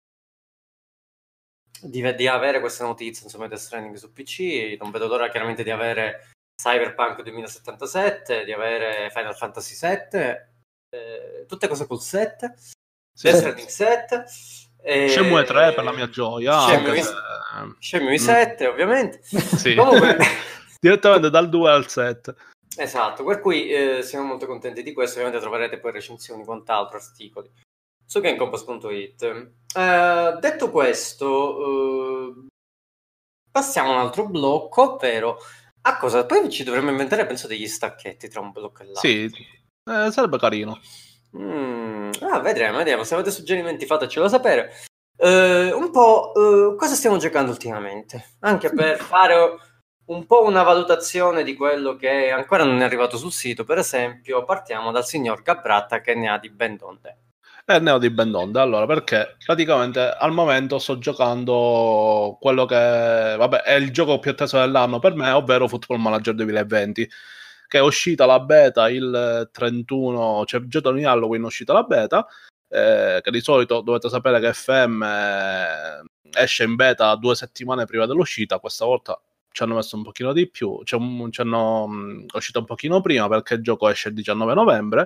Di, di avere queste notizie, insomma, Death Stranding su P C. Non vedo l'ora chiaramente di avere Cyberpunk duemilasettantasette, di avere Final Fantasy sette, eh, tutte cose col sette, sì, Death Stranding sette, eh, Shenmue tre per la mia gioia, Shenmue, se... Shenmue sette, mm. ovviamente. Sì. Comunque direttamente dal due al sette. Esatto, per cui eh, siamo molto contenti di questo. Ovviamente troverete poi recensioni, quant'altro, articoli su gamecompass punto it. Uh, detto questo, uh, passiamo a un altro blocco, ovvero a cosa poi ci dovremmo inventare, penso, degli stacchetti tra un blocco e l'altro. Sì, eh, sarebbe carino. Mm, ah, vedremo, vediamo. Se avete suggerimenti fatecelo sapere. Uh, un po' uh, cosa stiamo giocando ultimamente, anche per fare un po' una valutazione di quello che ancora non è arrivato sul sito. Per esempio, partiamo dal signor Capratta, che ne ha di ben donde. E ne ho di ben donde, allora, perché praticamente al momento sto giocando quello che, vabbè, è il gioco più atteso dell'anno per me, ovvero Football Manager duemilaventi, che è uscita la beta il trentuno, cioè il giorno di Halloween è uscita la beta, eh, che di solito dovete sapere che F M eh, esce in beta due settimane prima dell'uscita. Questa volta ci hanno messo un pochino di più, cioè, un, ci hanno mh, uscito un pochino prima perché il gioco esce il diciannove novembre.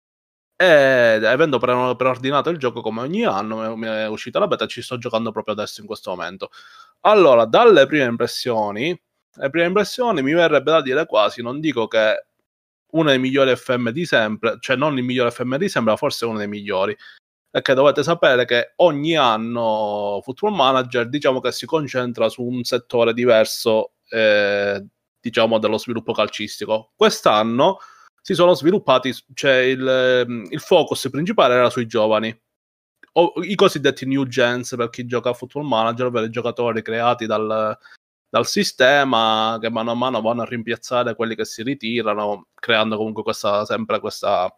E avendo pre- preordinato il gioco come ogni anno, mi è uscita la beta e ci sto giocando proprio adesso in questo momento. Allora, dalle prime impressioni, le prime impressioni mi verrebbe da dire quasi, non dico che uno dei migliori F M di sempre, cioè non il migliore F M di sempre, ma forse uno dei migliori. Perché dovete sapere che ogni anno Football Manager, diciamo che si concentra su un settore diverso, eh, diciamo, dello sviluppo calcistico. Quest'anno si sono sviluppati, cioè il, il focus principale era sui giovani, o i cosiddetti new gens per chi gioca a Football Manager, ovvero i giocatori creati dal, dal sistema che mano a mano vanno a rimpiazzare quelli che si ritirano, creando comunque questa, sempre questa,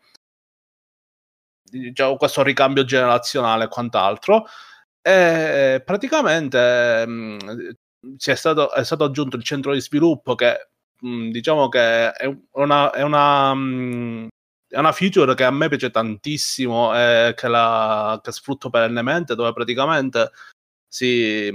diciamo, questo ricambio generazionale e quant'altro. E praticamente mh, è stato, è stato aggiunto il centro di sviluppo che diciamo che è una, è una è una feature che a me piace tantissimo e che, la, che sfrutto perennemente, dove praticamente si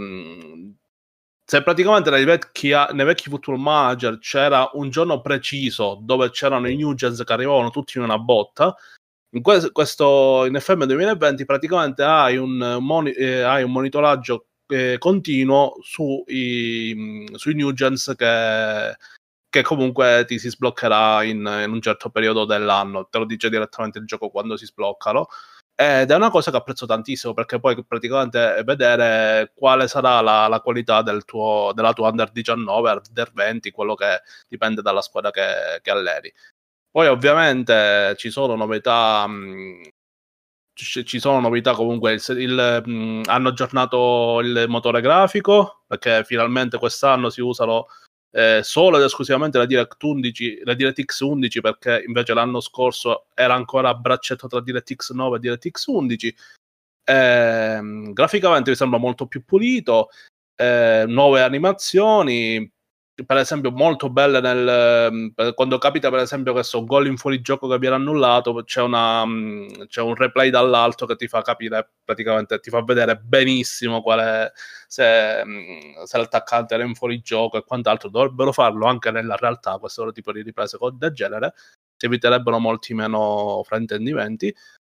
se praticamente nei vecchi, nei vecchi Football Manager c'era un giorno preciso dove c'erano i new gens che arrivavano tutti in una botta, in questo, questo in F M duemilaventi praticamente hai un, moni, eh, hai un monitoraggio eh, continuo sui, sui new gens che che comunque ti si sbloccherà in, in un certo periodo dell'anno, te lo dice direttamente il gioco quando si sbloccano, ed è una cosa che apprezzo tantissimo, perché poi praticamente vedere quale sarà la, la qualità del tuo, della tua under diciannove, under venti, quello che dipende dalla squadra che, che alleni. Poi ovviamente ci sono novità, mh, c- ci sono novità comunque, il, il, mh, hanno aggiornato il motore grafico, perché finalmente quest'anno si usano eh, solo ed esclusivamente la Direct undici, la DirectX undici, perché invece l'anno scorso era ancora a braccetto tra DirectX nove e DirectX undici. Eh, graficamente mi sembra molto più pulito, eh, nuove animazioni, per esempio molto belle nel, quando capita per esempio questo gol in fuorigioco che viene annullato, c'è, una, c'è un replay dall'alto che ti fa capire, praticamente ti fa vedere benissimo qual è, se, se l'attaccante era in fuorigioco e quant'altro. Dovrebbero farlo anche nella realtà, questo tipo di riprese del genere, si eviterebbero molti meno fraintendimenti.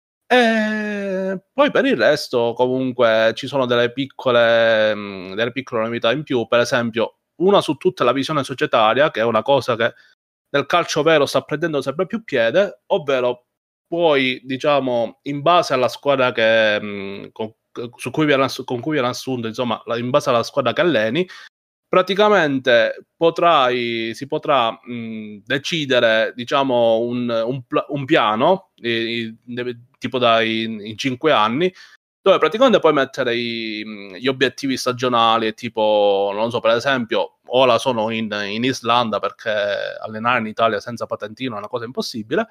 E poi per il resto comunque ci sono delle piccole delle piccole novità in più, per esempio una su tutte la visione societaria, che è una cosa che nel calcio vero sta prendendo sempre più piede, ovvero puoi, diciamo, in base alla squadra che mh, con, su cui viene, con cui viene assunto, insomma, in base alla squadra che alleni, praticamente potrai, si potrà mh, decidere, diciamo, un, un, un piano eh, tipo dai in cinque anni, dove praticamente puoi mettere i, gli obiettivi stagionali, tipo, non so, per esempio, ora sono in, in Islanda perché allenare in Italia senza patentino è una cosa impossibile.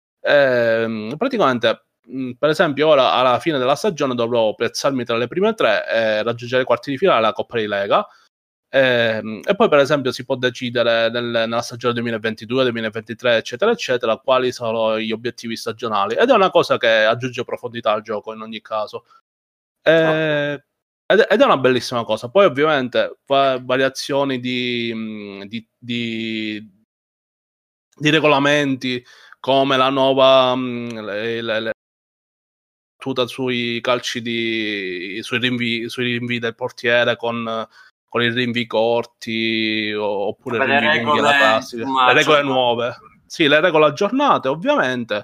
Eh, praticamente, mh, per esempio, ora alla fine della stagione dovrò piazzarmi tra le prime tre e raggiungere i quarti di finale della Coppa di Lega. Eh, e poi per esempio si può decidere nel, nella stagione duemilaventidue duemilaventitré eccetera eccetera quali saranno gli obiettivi stagionali, ed è una cosa che aggiunge profondità al gioco in ogni caso, eh, ed, ed è una bellissima cosa. Poi ovviamente va, variazioni di, di, di, di regolamenti, come la nuova le, le, le, tuta sui calci di sui rinvii, sui rinvii del portiere con con i rinvii corti, oppure i rinvii lunghi alla classica, le regole nuove, sì, le regole aggiornate ovviamente.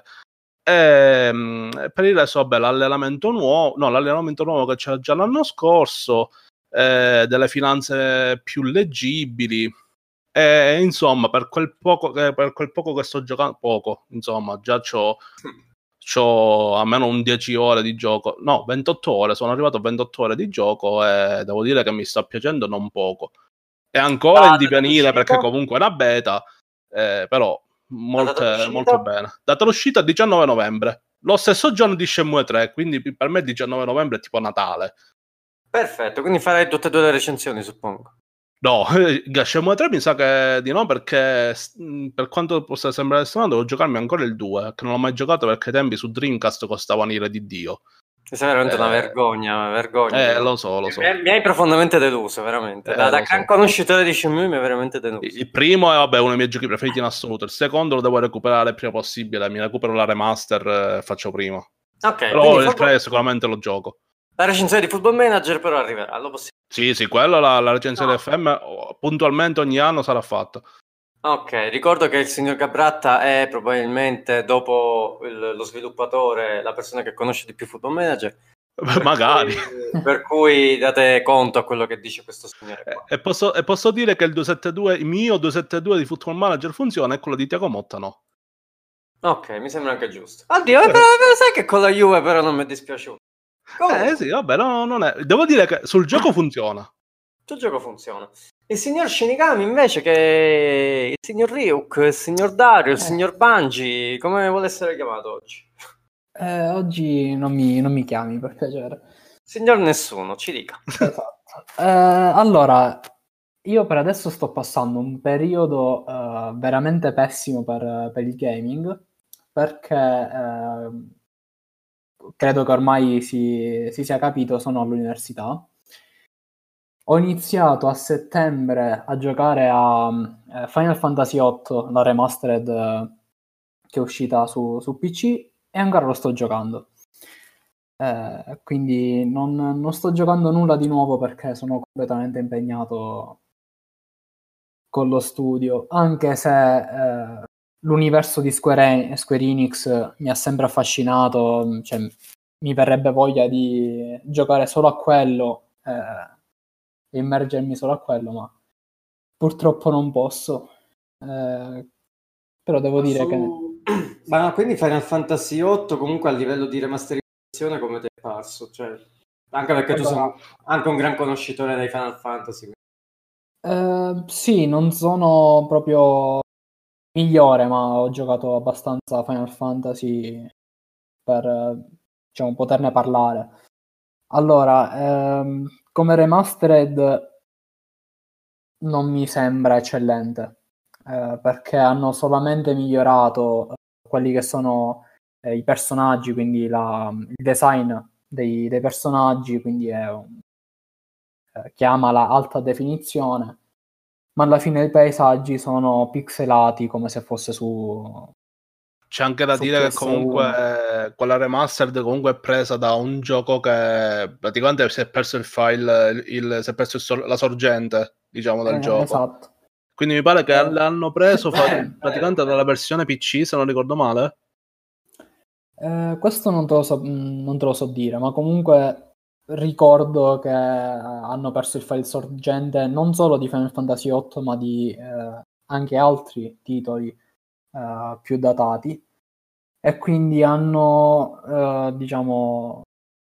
E, per il resto, vabbè, l'allenamento nuovo, no, l'allenamento nuovo che c'era già l'anno scorso, eh, delle finanze più leggibili, e insomma, per quel poco che, per quel poco che sto giocando, poco, insomma, già c'ho c'ho almeno un dieci ore di gioco, no, ventotto ore, sono arrivato a ventotto ore di gioco e devo dire che mi sta piacendo non poco. È ancora in divenire perché comunque è una beta, eh, però molte, molto bene. Data d'uscita diciannove novembre, lo stesso giorno di Shenmue tre, quindi per me diciannove novembre è tipo Natale. Perfetto, quindi farai tutte e due le recensioni, suppongo. No, Shenmue tre mi sa che di no, perché per quanto possa sembrare strano devo giocarmi ancora il due, che non l'ho mai giocato perché i tempi su Dreamcast costavano ire di Dio. Questa è veramente eh, una vergogna, una vergogna. Eh, lo so, lo so. Mi, mi hai profondamente deluso, veramente. Eh, da da gran so. conoscitore di Shenmue mi hai veramente deluso. Il primo è, vabbè, uno dei miei giochi preferiti in assoluto. Il secondo lo devo recuperare il prima possibile. Mi recupero la remaster e eh, faccio prima. Ok. Però il football... tre sicuramente lo gioco. La recensione di Football Manager però arriverà, lo possiamo. Sì, sì, quello, la, la recensione no. F M puntualmente ogni anno sarà fatta. Ok, ricordo che il signor Gabratta è probabilmente, dopo il, lo sviluppatore, la persona che conosce di più Football Manager. Per Magari. Cui, per cui date conto a quello che dice questo signore qua. E, e, posso, e posso dire che il duecentosettantadue, il mio duecentosettantadue di Football Manager funziona e quello di Tiago Motta no. Ok, mi sembra anche giusto. Oddio, eh. però, sai che con la Juve però non mi è dispiaciuto. Comunque. Eh sì, vabbè, no, non è. Devo dire che sul gioco funziona. Sul gioco funziona. Il signor Shinigami invece, che il signor Ryuk, il signor Dario, il eh. signor Bungie, come vuole essere chiamato oggi? Eh, oggi non mi, non mi chiami, per piacere. Signor Nessuno, ci dica. Esatto. Eh, allora, io per adesso sto passando un periodo uh, veramente pessimo per, per il gaming, perché uh, credo che ormai si, si sia capito, sono all'università. Ho iniziato a settembre a giocare a uh, Final Fantasy otto, la remastered uh, che è uscita su, su P C, e ancora lo sto giocando. Eh, quindi non, non sto giocando nulla di nuovo perché sono completamente impegnato con lo studio, anche se eh, l'universo di Square, Square Enix mi ha sempre affascinato, cioè, mi verrebbe voglia di giocare solo a quello e eh, immergermi solo a quello, ma purtroppo non posso. Eh, però devo dire su... che... Ma quindi Final Fantasy otto comunque a livello di remasterizzazione come ti è parso? Cioè, anche perché allora, tu sei anche un gran conoscitore dei Final Fantasy. Eh, sì, non sono proprio migliore, ma ho giocato abbastanza Final Fantasy per, diciamo, poterne parlare. Allora, ehm, come remastered non mi sembra eccellente, eh, perché hanno solamente migliorato quelli che sono eh, i personaggi, quindi la, il design dei, dei personaggi, quindi è un, eh, chiama la alta definizione, ma alla fine i paesaggi sono pixelati come se fosse su... C'è anche da dire che comunque eh, quella remastered comunque è presa da un gioco che praticamente si è perso il file, il, il, si è perso il sor- la sorgente, diciamo, del eh, gioco. Esatto. Quindi mi pare che eh, l'hanno preso fa- praticamente dalla versione P C, se non ricordo male. Eh, questo non te lo so, non te lo so dire, ma comunque ricordo che hanno perso il file sorgente non solo di Final Fantasy otto, ma di eh, anche altri titoli eh, più datati, e quindi hanno, eh, diciamo,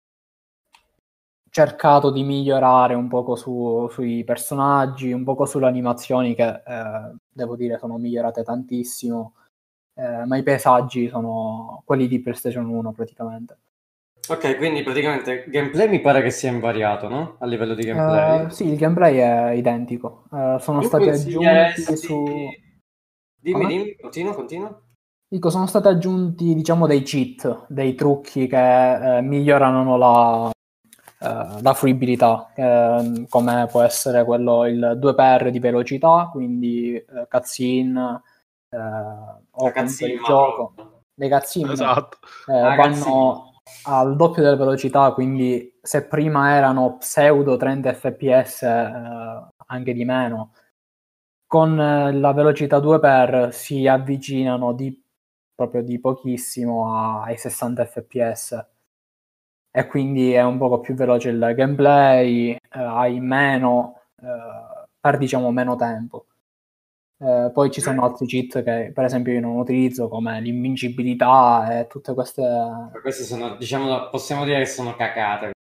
cercato di migliorare un poco su, sui personaggi, un poco sulle animazioni che, eh, devo dire, sono migliorate tantissimo. Eh, ma i paesaggi sono quelli di PlayStation uno praticamente. Ok, quindi praticamente gameplay mi pare che sia invariato, no? A livello di gameplay. Uh, sì, il gameplay è identico. Uh, sono tu stati aggiunti su... Dimmi, Come? dimmi, continua, continua. Dico, sono stati aggiunti, diciamo, dei cheat, dei trucchi che eh, migliorano la, eh, la fruibilità, eh, come può essere quello il due per di velocità, quindi eh, cutscene, eh, o comunque il gioco. Le cutscene esatto. eh, ah, vanno al doppio della velocità, quindi se prima erano pseudo trenta F P S, eh, anche di meno, con la velocità due per si avvicinano di, proprio di pochissimo ai sessanta F P S, e quindi è un poco più veloce il gameplay, eh, hai meno, eh, per diciamo meno tempo. Eh, poi ci sono altri cheat che per esempio io non utilizzo, come l'invincibilità e tutte queste... Queste sono, diciamo, possiamo dire che sono cacate.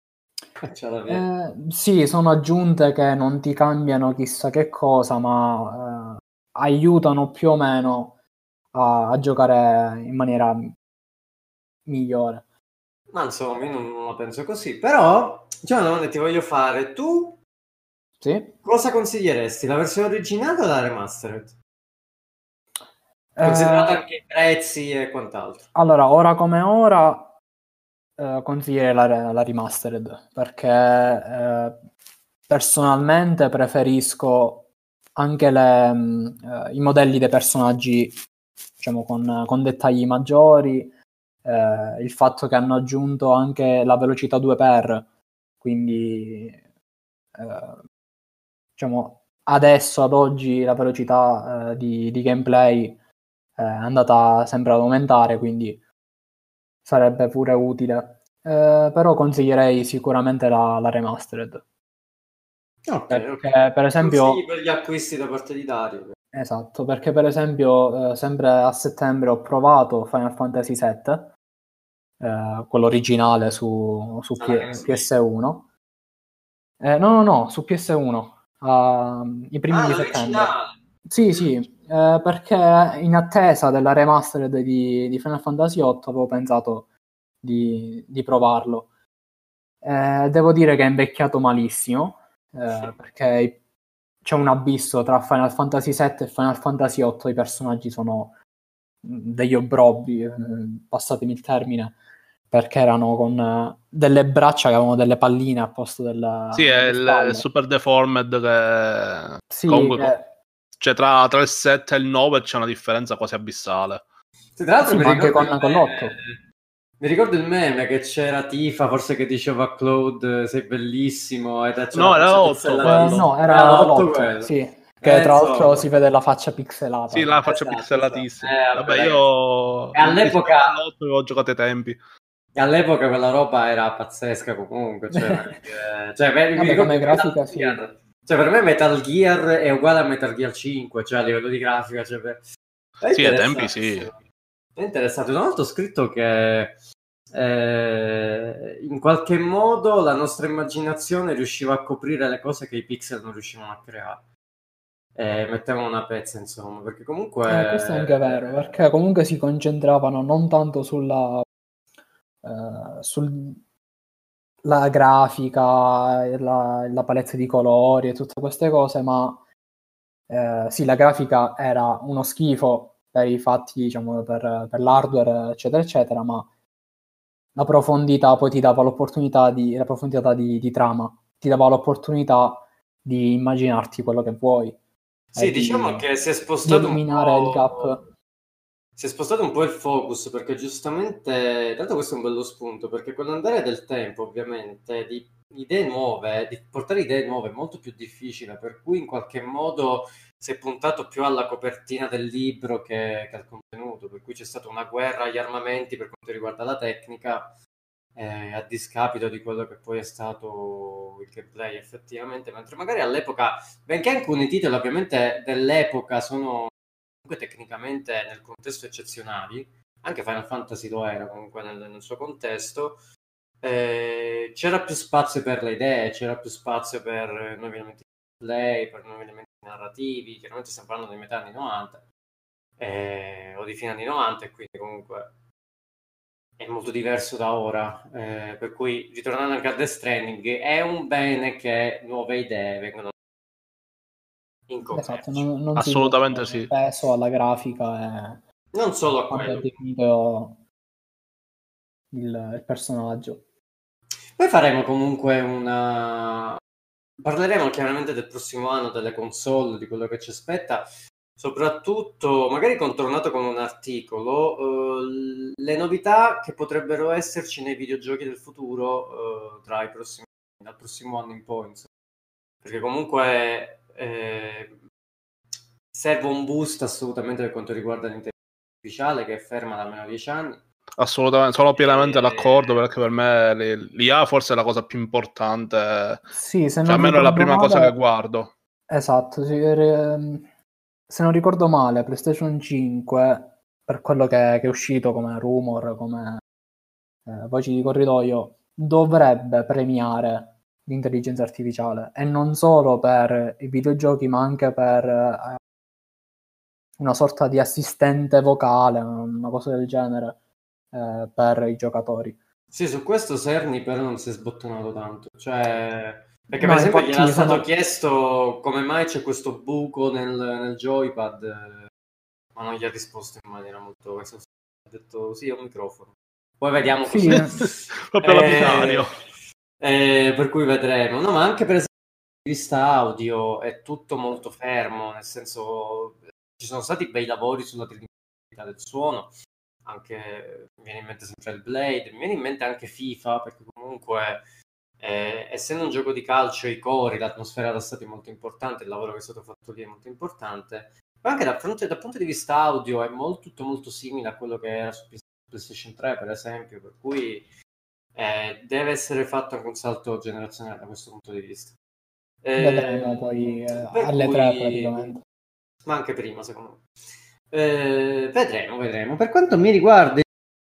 Eh, sì, sono aggiunte che non ti cambiano chissà che cosa, ma eh, aiutano più o meno a, a giocare in maniera migliore. Ma insomma, io non, non la penso così. Però c'è una domanda che ti voglio fare. Tu sì? Cosa consiglieresti? La versione originale o la remastered? Considerato eh, anche i prezzi e quant'altro. Allora, ora come ora eh, consiglierei la, la remastered, perché eh, personalmente preferisco anche le, mh, i modelli dei personaggi, diciamo, con, con dettagli maggiori, eh, il fatto che hanno aggiunto anche la velocità due per, quindi eh, diciamo adesso ad oggi la velocità eh, di, di gameplay è andata sempre ad aumentare, quindi sarebbe pure utile. Eh, però consiglierei sicuramente la, la remastered. Okay, perché okay. per esempio Consigli per gli acquisti da parte di Dario. Esatto, perché per esempio eh, sempre a settembre ho provato Final Fantasy sette, eh, quello originale su, su P- P S uno. Eh, no, no, no, su P S uno, uh, i primi Ah, di l'originale! settembre. Sì, sì, eh, perché in attesa della remastered di, di Final Fantasy otto avevo pensato di, di provarlo. Eh, devo dire che è invecchiato malissimo, eh, perché c'è un abisso tra Final Fantasy sette e Final Fantasy otto, i personaggi sono degli obbrobbi, eh, passatemi il termine, perché erano con uh, delle braccia che avevano delle palline al posto della, sì, è il Super Deformed che sì, comunque eh... cioè tra, tra il sette e il nove c'è una differenza quasi abissale. Sì, tra l'altro sì, mi ma anche con, meme, con l'otto. Mi ricordo il meme che c'era Tifa, forse che diceva a Claude sei bellissimo, e no, era l'otto eh, no, era, era l'otto, sì, che eh, tra l'altro insomma. si vede la faccia pixelata. Sì, la faccia esatto, pixelatissima. esatto. Eh, vabbè, vabbè, io all'epoca l'otto avevo giocato ai tempi. All'epoca quella roba era pazzesca comunque, cioè, perché, cioè per, vabbè, come grafica sì. Gear, cioè per me Metal Gear è uguale a Metal Gear cinque, cioè a livello di grafica, cioè per... sì, ai tempi sì. È interessante. Una volta ho scritto che eh, in qualche modo la nostra immaginazione riusciva a coprire le cose che i pixel non riuscivano a creare. Eh, mettevano una pezza, insomma, perché comunque... Eh, questo è anche vero, perché comunque si concentravano non tanto sulla... Uh, sul la grafica, la, la palette di colori e tutte queste cose, ma eh, sì, la grafica era uno schifo per i fatti, diciamo, per, per l'hardware, eccetera, eccetera, ma la profondità poi ti dava l'opportunità di, la profondità di, di trama, ti dava l'opportunità di immaginarti quello che vuoi. Sì, diciamo di, che si è di spostato un eliminare il po'... gap. Si è spostato un po' il focus, perché giustamente, tanto questo è un bello spunto, perché con l'andare del tempo, ovviamente, di idee nuove, di portare idee nuove è molto più difficile, per cui in qualche modo si è puntato più alla copertina del libro che, che al contenuto, per cui c'è stata una guerra agli armamenti per quanto riguarda la tecnica, eh, a discapito di quello che poi è stato il gameplay effettivamente, mentre magari all'epoca, benché alcuni titoli ovviamente dell'epoca sono comunque tecnicamente nel contesto eccezionali, anche Final Fantasy lo era comunque nel, nel suo contesto, eh, c'era più spazio per le idee, c'era più spazio per nuovi elementi di play, per nuovi elementi narrativi, chiaramente stiamo parlando di metà anni novanta eh, o di fine anni novanta, e quindi comunque è molto diverso da ora, eh, per cui ritornando anche a Death Stranding, è un bene che nuove idee vengono in commercio. Esatto, non, non Assolutamente si sì. peso alla grafica e non solo a quanto è quello. definito il, il personaggio. Poi faremo comunque una... Parleremo chiaramente del prossimo anno, delle console, di quello che ci aspetta, soprattutto magari contornato con un articolo, eh, le novità che potrebbero esserci nei videogiochi del futuro eh, tra i prossimi, dal prossimo anno in poi, insomma. Perché comunque eh, serve un boost assolutamente per quanto riguarda l'intelligenza artificiale, che è ferma da almeno dieci anni. Assolutamente, sono pienamente Eh, d'accordo, perché per me l'I A forse è la cosa più importante, Sì, se cioè non almeno è la ricordo prima cosa male, che guardo. esatto, sì, re- se non ricordo male, PlayStation cinque, per quello che, che è uscito come rumor, come eh, voci di corridoio, dovrebbe premiare l'intelligenza artificiale, e non solo per i videogiochi, ma anche per eh, una sorta di assistente vocale, una cosa del genere, eh, per i giocatori. Sì, su questo Cerny però non si è sbottonato tanto, cioè... Perché per No, esempio gli era infatti stato sono... chiesto come mai c'è questo buco nel, nel joypad, eh, ma non gli ha risposto in maniera molto... Ha detto sì, è un microfono. Poi vediamo Sì, cosa... Proprio Eh, lapidario. eh, per cui vedremo. No, ma anche per esempio dal punto di vista audio è tutto molto fermo, nel senso ci sono stati bei lavori sulla tridimensionalità del suono, anche mi viene in mente sempre il Blade, mi viene in mente anche FIFA, perché comunque eh, essendo un gioco di calcio i cori, l'atmosfera era stata molto importante, il lavoro che è stato fatto lì è molto importante, ma anche dal, fronte, dal punto di vista audio è molto, tutto molto simile a quello che era su PlayStation tre per esempio, per cui eh, deve essere fatto anche un salto generazionale da questo punto di vista. Eh, vedremo poi eh, per alle cui... tre praticamente. Ma anche prima, secondo me. Eh, vedremo, vedremo. Per quanto mi riguarda,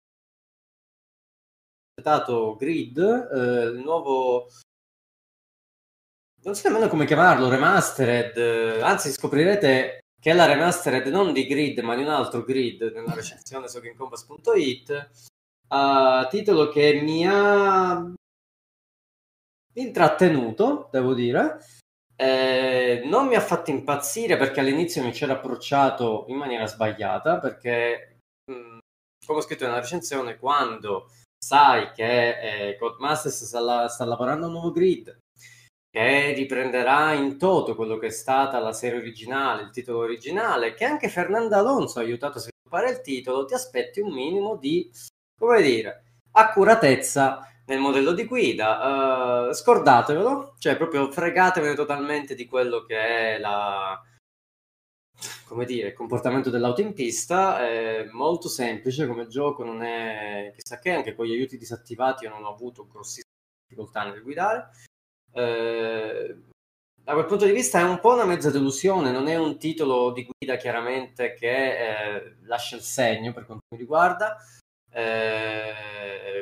dato Grid, eh, il nuovo, non so nemmeno come chiamarlo, remastered, eh, anzi scoprirete che è la remastered non di Grid ma di un altro Grid nella recensione su gamecompass punto it, a titolo che mi ha intrattenuto, devo dire. Eh, non mi ha fatto impazzire perché all'inizio mi c'era approcciato in maniera sbagliata, perché mh, come ho scritto nella recensione, quando sai che eh, Codemasters sta, la, sta lavorando a un nuovo Grid che riprenderà in toto quello che è stata la serie originale, il titolo originale, che anche Fernando Alonso ha aiutato a sviluppare il titolo, ti aspetti un minimo di, come dire, accuratezza nel modello di guida. Uh, scordatevelo, cioè proprio fregatevene totalmente di quello che è la, come dire, il comportamento dell'auto in pista. È molto semplice come gioco, non è chissà che, anche con gli aiuti disattivati io non ho avuto grossissime difficoltà nel guidare. Uh, da quel punto di vista è un po' una mezza delusione, non è un titolo di guida chiaramente che eh, lascia il segno per quanto mi riguarda. Eh,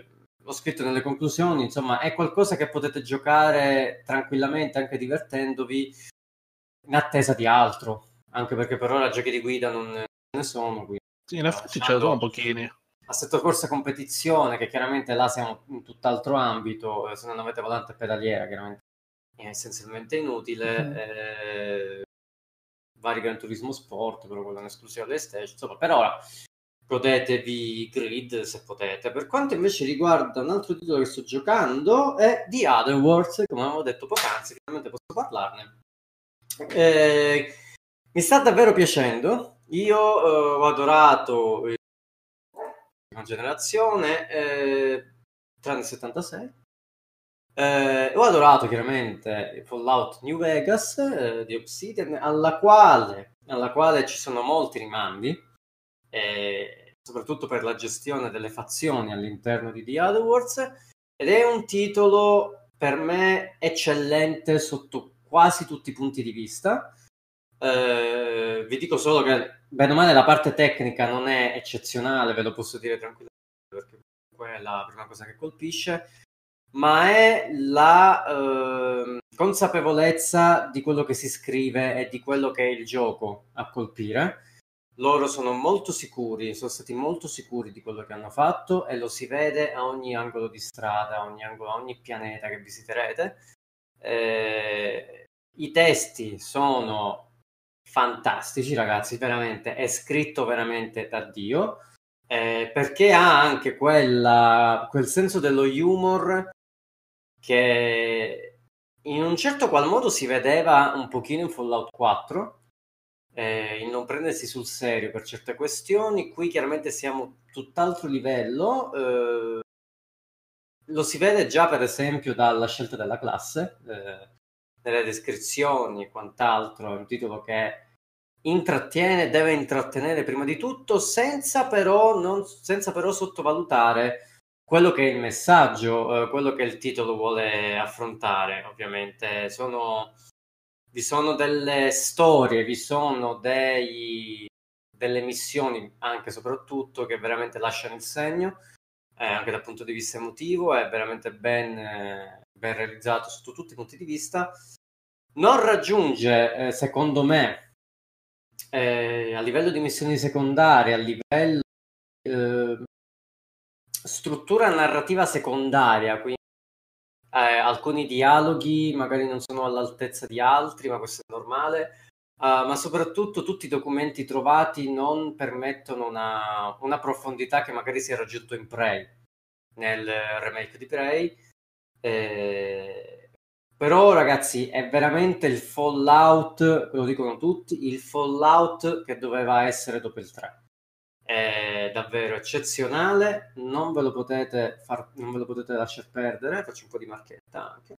l'ho scritto nelle conclusioni, insomma, è qualcosa che potete giocare tranquillamente, anche divertendovi, in attesa di altro, anche perché per ora giochi di guida non ne sono qui. Sì, in effetti ce ne sono pochini. Assetto corsa competizione, che chiaramente là siamo in tutt'altro ambito, se non avete volante e pedaliera, chiaramente è essenzialmente inutile. Mm-hmm. Eh, vari Gran Turismo Sport, però quello è un'esclusiva PlayStation, insomma, per ora godetevi Grid se potete. Per quanto invece riguarda un altro titolo che sto giocando è The Other Worlds, come avevo detto poc'anzi, finalmente posso parlarne. Eh, mi sta davvero piacendo. Io eh, ho adorato una generazione eh, tranne il settantasei. Eh, ho adorato chiaramente Fallout New Vegas eh, di Obsidian, alla quale, alla quale ci sono molti rimandi, eh, soprattutto per la gestione delle fazioni all'interno di The Other Worlds, ed è un titolo per me eccellente sotto quasi tutti i punti di vista. Eh, vi dico solo che bene o male la parte tecnica non è eccezionale, ve lo posso dire tranquillamente, perché comunque è la prima cosa che colpisce, ma è la eh, consapevolezza di quello che si scrive e di quello che è il gioco a colpire. Loro sono molto sicuri, sono stati molto sicuri di quello che hanno fatto, e lo si vede a ogni angolo di strada, a ogni angolo, a ogni pianeta che visiterete. Eh, i testi sono fantastici, ragazzi, veramente, è scritto veramente da Dio, eh, perché ha anche quella, quel senso dello humor che in un certo qual modo si vedeva un pochino in Fallout quattro, eh, il non prendersi sul serio per certe questioni. Qui chiaramente siamo tutt'altro livello, eh, lo si vede già per esempio dalla scelta della classe, eh, nelle descrizioni e quant'altro. È un titolo che intrattiene, deve intrattenere prima di tutto, senza però, non, senza però sottovalutare quello che è il messaggio, eh, quello che il titolo vuole affrontare. Ovviamente sono, vi sono delle storie, vi sono dei, delle missioni anche soprattutto che veramente lasciano il segno, eh, anche dal punto di vista emotivo è veramente ben, eh, ben realizzato sotto tutti i punti di vista. Non raggiunge, eh, secondo me, eh, a livello di missioni secondarie, a livello eh, struttura narrativa secondaria, quindi eh, alcuni dialoghi magari non sono all'altezza di altri, ma questo è normale, uh, ma soprattutto tutti i documenti trovati non permettono una, una profondità che magari si è raggiunto in Prey, nel remake di Prey. Eh, però ragazzi è veramente il Fallout, lo dicono tutti, il Fallout che doveva essere dopo il tre. È davvero eccezionale, non ve lo potete far, non ve lo potete lasciar perdere. Faccio un po' di marchetta anche,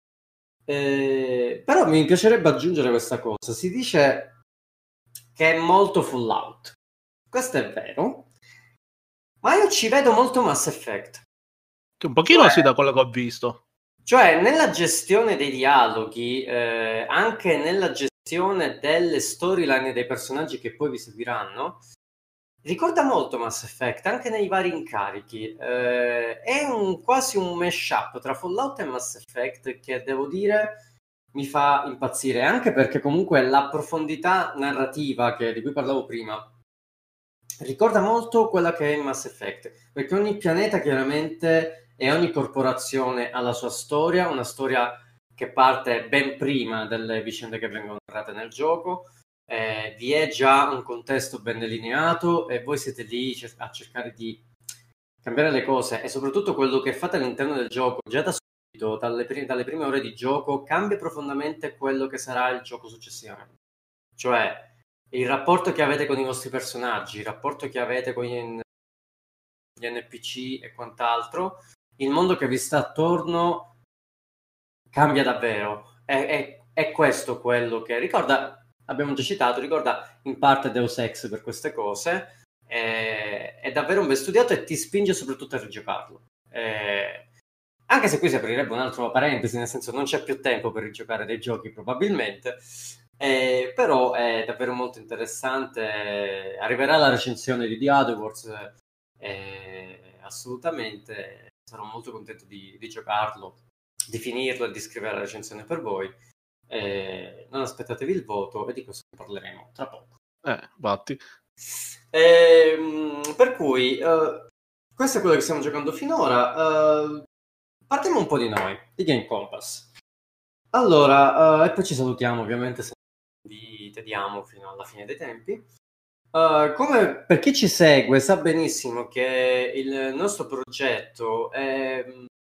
eh, però mi piacerebbe aggiungere questa cosa. Si dice che è molto Fallout, questo è vero, ma io ci vedo molto Mass Effect, che un pochino cioè, sì, da quello che ho visto, cioè nella gestione dei dialoghi, eh, anche nella gestione delle storyline dei personaggi che poi vi seguiranno. Ricorda molto Mass Effect, anche nei vari incarichi. Eh, è un, quasi un mashup tra Fallout e Mass Effect che, devo dire, mi fa impazzire, anche perché comunque la profondità narrativa che, di cui parlavo prima ricorda molto quella che è in Mass Effect, perché ogni pianeta chiaramente e ogni corporazione ha la sua storia, una storia che parte ben prima delle vicende che vengono narrate nel gioco. Eh, vi è già un contesto ben delineato e voi siete lì a cercare di cambiare le cose, e soprattutto quello che fate all'interno del gioco già da subito, dalle, prim- dalle prime ore di gioco, cambia profondamente quello che sarà il gioco successivamente. Cioè il rapporto che avete con i vostri personaggi, il rapporto che avete con gli, gli N P C e quant'altro, il mondo che vi sta attorno cambia davvero. È, è, è questo quello che ricorda, abbiamo già citato, ricorda in parte Deus Ex per queste cose. È, è davvero un ben studiato e ti spinge soprattutto a rigiocarlo. È, anche se qui si aprirebbe un'altra parentesi, nel senso non c'è più tempo per rigiocare dei giochi probabilmente, eh, però è davvero molto interessante. Arriverà la recensione di The Other Worlds, eh, assolutamente. sarò molto contento di, di giocarlo, di finirlo e di scrivere la recensione per voi. Eh, non aspettatevi il voto e di questo parleremo tra poco. Eh, infatti. Eh, per cui, uh, questo è quello che stiamo giocando finora. Uh, partiamo un po' di noi, di Game Compass. Allora, uh, e poi ci salutiamo ovviamente, se vi tediamo fino alla fine dei tempi. Uh, come per chi ci segue sa benissimo che il nostro progetto è,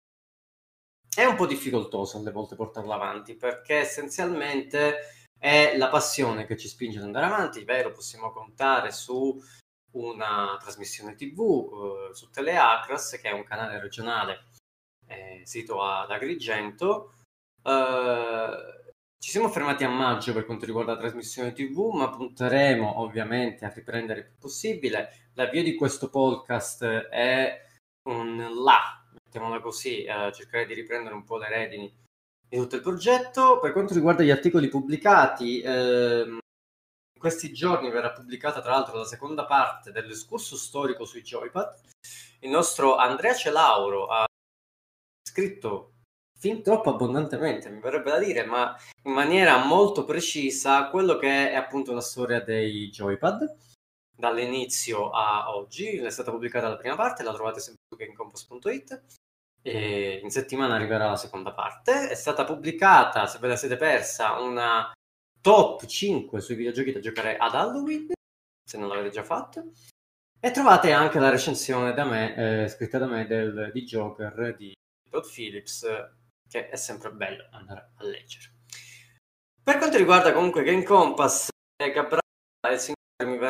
è un po' difficoltoso alle volte portarlo avanti, perché essenzialmente è la passione che ci spinge ad andare avanti. Vero, possiamo contare su una trasmissione tivù, uh, su Teleacras, che è un canale regionale eh, sito ad Agrigento. Uh, ci siamo fermati a maggio per quanto riguarda la trasmissione tivù, ma punteremo ovviamente a riprendere il più possibile. L'avvio di questo podcast è un là, mettiamola così, uh, cercare di riprendere un po' le redini di tutto il progetto. Per quanto riguarda gli articoli pubblicati, ehm, in questi giorni verrà pubblicata tra l'altro la seconda parte dell'escurso storico sui joypad. Il nostro Andrea Celauro ha scritto fin troppo abbondantemente, mi verrebbe da dire, ma in maniera molto precisa quello che è appunto la storia dei joypad dall'inizio a oggi. È stata pubblicata la prima parte, la trovate sempre su gamecompass punto it e in settimana arriverà la seconda parte. È stata pubblicata, se ve la siete persa, una top cinque sui videogiochi da giocare ad Halloween, se non l'avete già fatto, e trovate anche la recensione da me, eh, scritta da me, del, di Joker di Todd Phillips, che è sempre bello andare a leggere. Per quanto riguarda comunque Game Compass, eh, Gabriele e il signore mi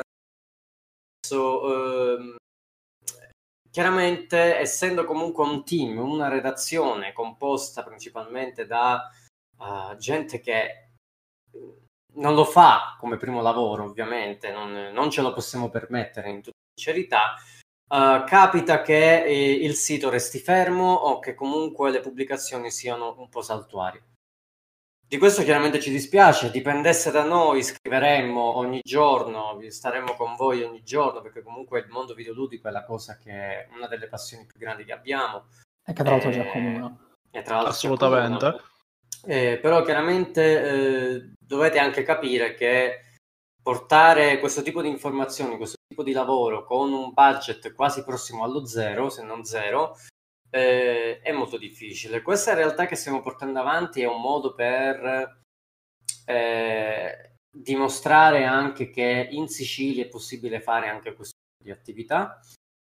verso, ehm, chiaramente, essendo comunque un team, una redazione composta principalmente da uh, gente che non lo fa come primo lavoro, ovviamente, non, non ce lo possiamo permettere in tutta sincerità. Uh, capita che eh, il sito resti fermo o che comunque le pubblicazioni siano un po' saltuarie. Di questo chiaramente ci dispiace, dipendesse da noi scriveremmo ogni giorno, staremmo con voi ogni giorno, perché comunque il mondo videoludico è la cosa che è una delle passioni più grandi che abbiamo. E che tra l'altro ci accomuna. E tra l'altro assolutamente. Eh, però chiaramente eh, dovete anche capire che portare questo tipo di informazioni, questo tipo di lavoro con un budget quasi prossimo allo zero, se non zero, eh, è molto difficile. Questa realtà che stiamo portando avanti è un modo per eh, dimostrare anche che in Sicilia è possibile fare anche questo tipo di attività,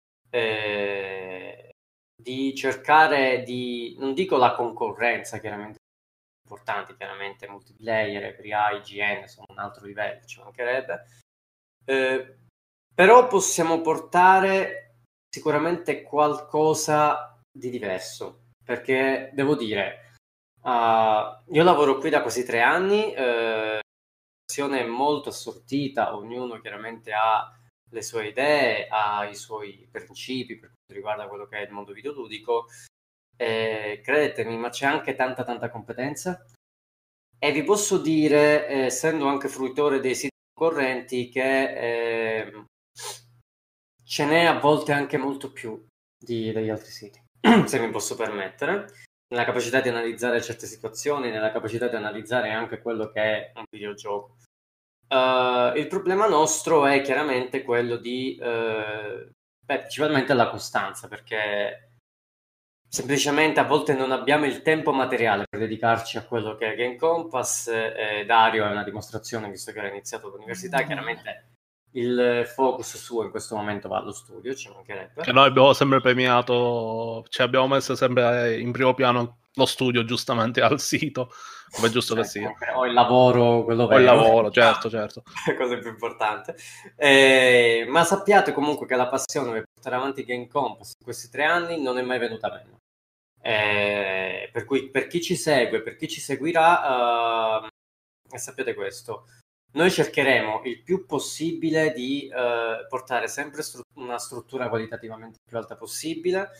eh, di cercare di, non dico la concorrenza, chiaramente importanti, chiaramente multiplayer, P R I, I G N sono un altro livello, ci mancherebbe, eh, però possiamo portare sicuramente qualcosa di diverso, perché devo dire, uh, io lavoro qui da quasi tre anni, eh, è molto assortita, ognuno chiaramente ha le sue idee, ha i suoi principi per quanto riguarda quello che è il mondo videoludico. Eh, credetemi, ma c'è anche tanta tanta competenza e vi posso dire, eh, essendo anche fruitore dei siti concorrenti, che eh, ce n'è a volte anche molto più di, degli altri siti, se mi posso permettere, nella capacità di analizzare certe situazioni, nella capacità di analizzare anche quello che è un videogioco. Uh, il problema nostro è chiaramente quello di uh, beh, principalmente la costanza, perché semplicemente a volte non abbiamo il tempo materiale per dedicarci a quello che è Game Compass. Eh, Dario è una dimostrazione, visto che era iniziato l'università, chiaramente il focus suo in questo momento va allo studio, ci mancherebbe. Che noi abbiamo sempre premiato, cioè abbiamo messo sempre in primo piano lo studio, giustamente, al sito, come giusto cioè, che sia. O il lavoro, quello O il vero. lavoro, certo, certo. Cosa più importante. Eh, ma sappiate comunque che la passione per portare avanti Game Compass in questi tre anni non è mai venuta meno. Eh, per cui per chi ci segue, per chi ci seguirà, eh, sappiate questo, noi cercheremo il più possibile di eh, portare sempre stru- una struttura qualitativamente più alta possibile,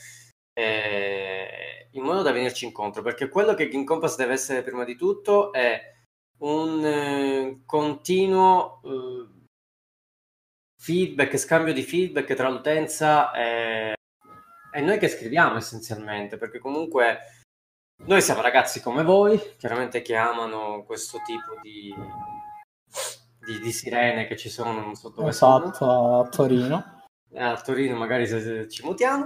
eh, in modo da venirci incontro, perché quello che Game Compass deve essere prima di tutto è un eh, continuo eh, feedback, scambio di feedback tra l'utenza e è noi che scriviamo essenzialmente, perché comunque noi siamo ragazzi come voi, chiaramente che amano questo tipo di, di, di sirene che ci sono, non so dove esatto, sono. a Torino. A Torino magari se, se ci mutiamo.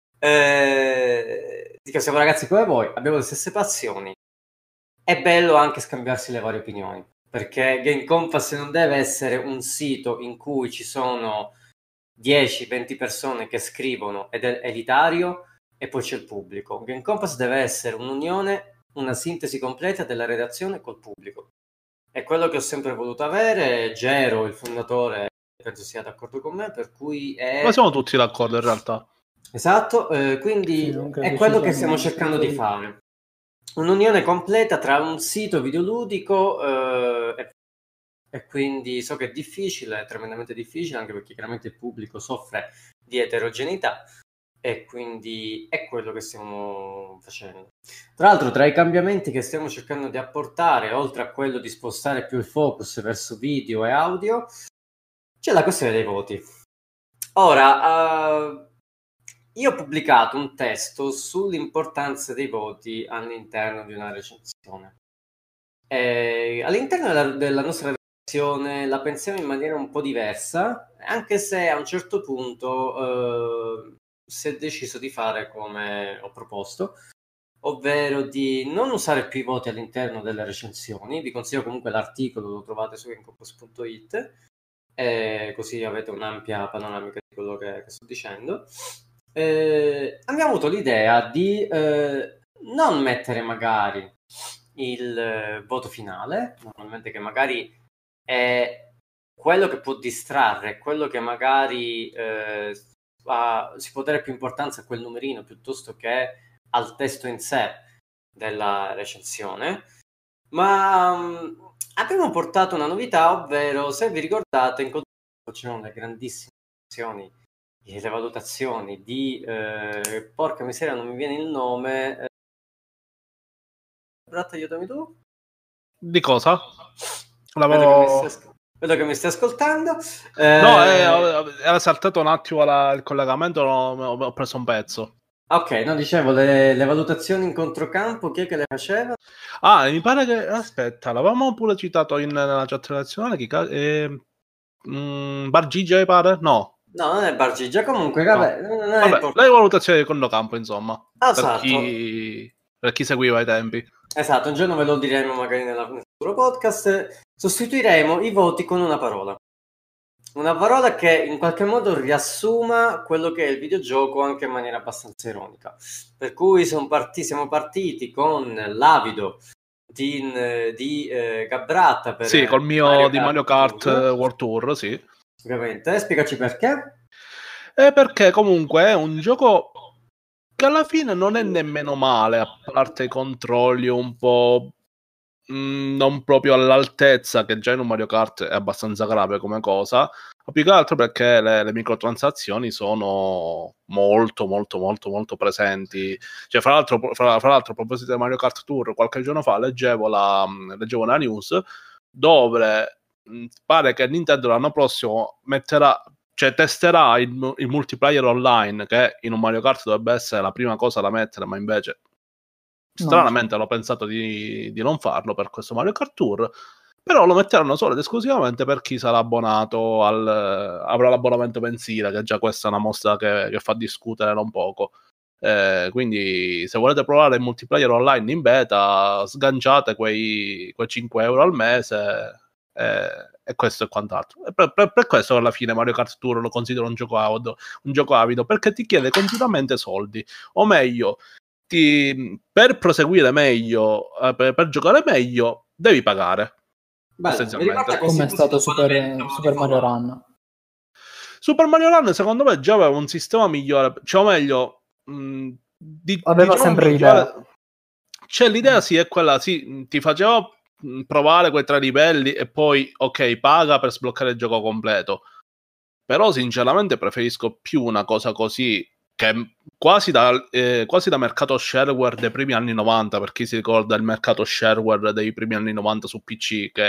Eh, dico, siamo ragazzi come voi, abbiamo le stesse passioni. È bello anche scambiarsi le varie opinioni, perché Game Compass non deve essere un sito in cui ci sono dieci venti persone che scrivono ed è elitario e poi c'è il pubblico. Game Compass deve essere un'unione, una sintesi completa della redazione col pubblico. È quello che ho sempre voluto avere. Gero, il fondatore, penso sia d'accordo con me, per cui è... Ma siamo tutti d'accordo in realtà. Esatto, eh, quindi Sì, è quello che stiamo cercando di fare. Un'unione completa tra un sito videoludico eh, e, e quindi so che è difficile, è tremendamente difficile, anche perché chiaramente il pubblico soffre di eterogeneità e quindi è quello che stiamo facendo. Tra l'altro, tra i cambiamenti che stiamo cercando di apportare, oltre a quello di spostare più il focus verso video e audio, c'è la questione dei voti. Ora, uh, io ho pubblicato un testo sull'importanza dei voti all'interno di una recensione. E all'interno della, della nostra recensione la pensiamo in maniera un po' diversa, anche se a un certo punto uh, si è deciso di fare come ho proposto, ovvero di non usare più i voti all'interno delle recensioni. Vi consiglio comunque l'articolo, lo trovate su gamecompass punto it, e così avete un'ampia panoramica di quello che, che sto dicendo. Eh, abbiamo avuto l'idea di eh, non mettere magari il eh, voto finale, normalmente, che magari è quello che può distrarre, quello che magari eh, ha, si può dare più importanza a quel numerino piuttosto che al testo in sé della recensione. Ma um, abbiamo portato una novità, ovvero, se vi ricordate, in contesto c'erano le grandissime azioni, le valutazioni di eh, porca miseria, non mi viene il nome. Eh, Brat, aiutami tu. Di cosa? Vedo che mi stai, vedo che mi stai ascoltando. Eh... No, eh, era saltato un attimo la, il collegamento, no, ho preso un pezzo. Ok, no, dicevo, le, le valutazioni in controcampo, chi è che le faceva? Ah, mi pare che... Aspetta, l'avevamo pure citato in, nella chat nazionale, chi ca... eh, mm, Bargigia, mi pare? No. No, non è Bargigia, comunque, vabbè, no. non vabbè, è le valutazioni di controcampo, insomma, ah, per, esatto. chi, per chi seguiva i tempi. Esatto, un giorno ve lo diremo magari nella, nel futuro podcast. Sostituiremo i voti con una parola. Una parola che in qualche modo riassuma quello che è il videogioco anche in maniera abbastanza ironica. Per cui siamo partiti, siamo partiti con l'avido di, di eh, Gabbrata per sì, col mio Mario di Mario Kart Tour. World Tour, sì. Ovviamente, spiegaci perché. Eh, perché comunque è un gioco che alla fine non è nemmeno male, a parte i controlli un po' mh, non proprio all'altezza, che già in un Mario Kart è abbastanza grave come cosa, ma più che altro perché le, le microtransazioni sono molto molto molto molto presenti. Cioè, fra l'altro, fra, fra l'altro a proposito di Mario Kart Tour, qualche giorno fa leggevo la leggevo una news dove mh, pare che Nintendo l'anno prossimo metterà, cioè testerà il, il multiplayer online, che in un Mario Kart dovrebbe essere la prima cosa da mettere, ma invece stranamente hanno pensato di, di non farlo per questo Mario Kart Tour, però lo metteranno solo ed esclusivamente per chi sarà abbonato al, avrà l'abbonamento mensile, che già questa è una mossa che, che fa discutere non poco. Eh, quindi se volete provare il multiplayer online in beta, sganciate quei, quei cinque euro al mese eh, e questo è quant'altro. E per, per, per questo alla fine Mario Kart Tour lo considero un gioco avido, un gioco avido, perché ti chiede continuamente soldi, o meglio ti, per proseguire meglio, eh, per, per giocare meglio devi pagare. Bello, come è stato Super, Super Mario Run. Super Mario Run secondo me già aveva un sistema migliore, cioè o meglio mh, di, aveva diciamo sempre migliore. Idea. Cioè l'idea sì è quella, sì, ti faceva provare quei tre livelli e poi ok, paga per sbloccare il gioco completo, però sinceramente preferisco più una cosa così, che quasi da, eh, quasi da mercato shareware dei primi anni novanta, per chi si ricorda il mercato shareware dei primi anni novanta su P C, che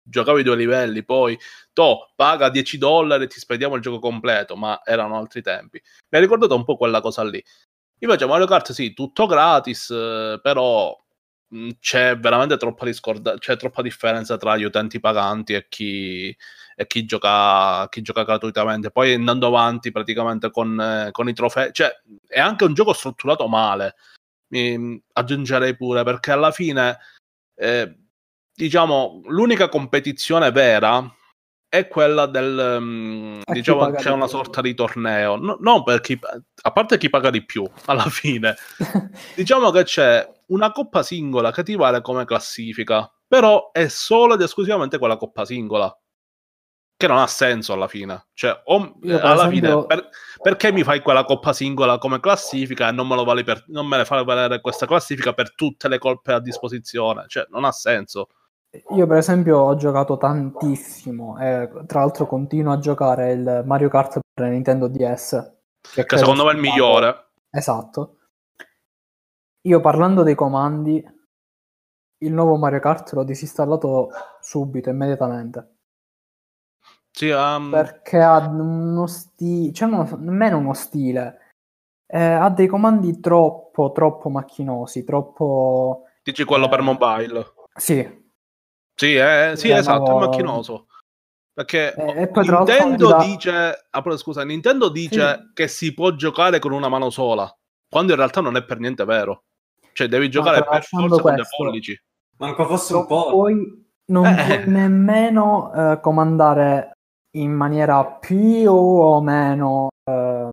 giocavi due livelli, poi to, paga dieci dollari e ti spediamo il gioco completo, ma erano altri tempi. Mi ha ricordato un po' quella cosa lì. Invece Mario Kart sì, tutto gratis, eh, però mh, c'è veramente troppa discorda- c'è troppa differenza tra gli utenti paganti e chi, e chi gioca chi gioca gratuitamente. Poi andando avanti praticamente con, eh, con i trofei, cioè è anche un gioco strutturato male, mi aggiungerei pure, perché alla fine eh, diciamo l'unica competizione vera è quella del um, A chi diciamo paga c'è di una più. sorta di torneo, no, non per chi, a parte chi paga di più alla fine diciamo che c'è una coppa singola che ti vale come classifica, però è solo ed esclusivamente quella coppa singola, che non ha senso alla fine. Cioè, o, Io, per alla fine, esempio, per, perché mi fai quella coppa singola come classifica e non me lo vali per, non me ne fai valere questa classifica per tutte le colpe a disposizione? Cioè, non ha senso. io per esempio ho giocato tantissimo e tra l'altro continuo a giocare il Mario Kart per Nintendo D S, che Che credo secondo me è sia il stato- migliore. Esatto. Io parlando dei comandi, il nuovo Mario Kart l'ho disinstallato subito, immediatamente. Sì, um, Perché ha uno stile, cioè non, nemmeno uno stile, eh, ha dei comandi troppo, troppo macchinosi, troppo... dici quello per eh, mobile. sì, Sì, eh, sì, eh, esatto, è no, macchinoso. Perché e, e poi tra l'altro non ti Nintendo dà... dice, ah, però, scusa, Nintendo dice Sì, che si può giocare con una mano sola, quando in realtà non è per niente vero. Cioè, devi ma giocare per tralasciando forza con dei questo, pollici. Manco fosse un non po'. puoi, non Eh, puoi nemmeno eh, comandare in maniera più o meno eh,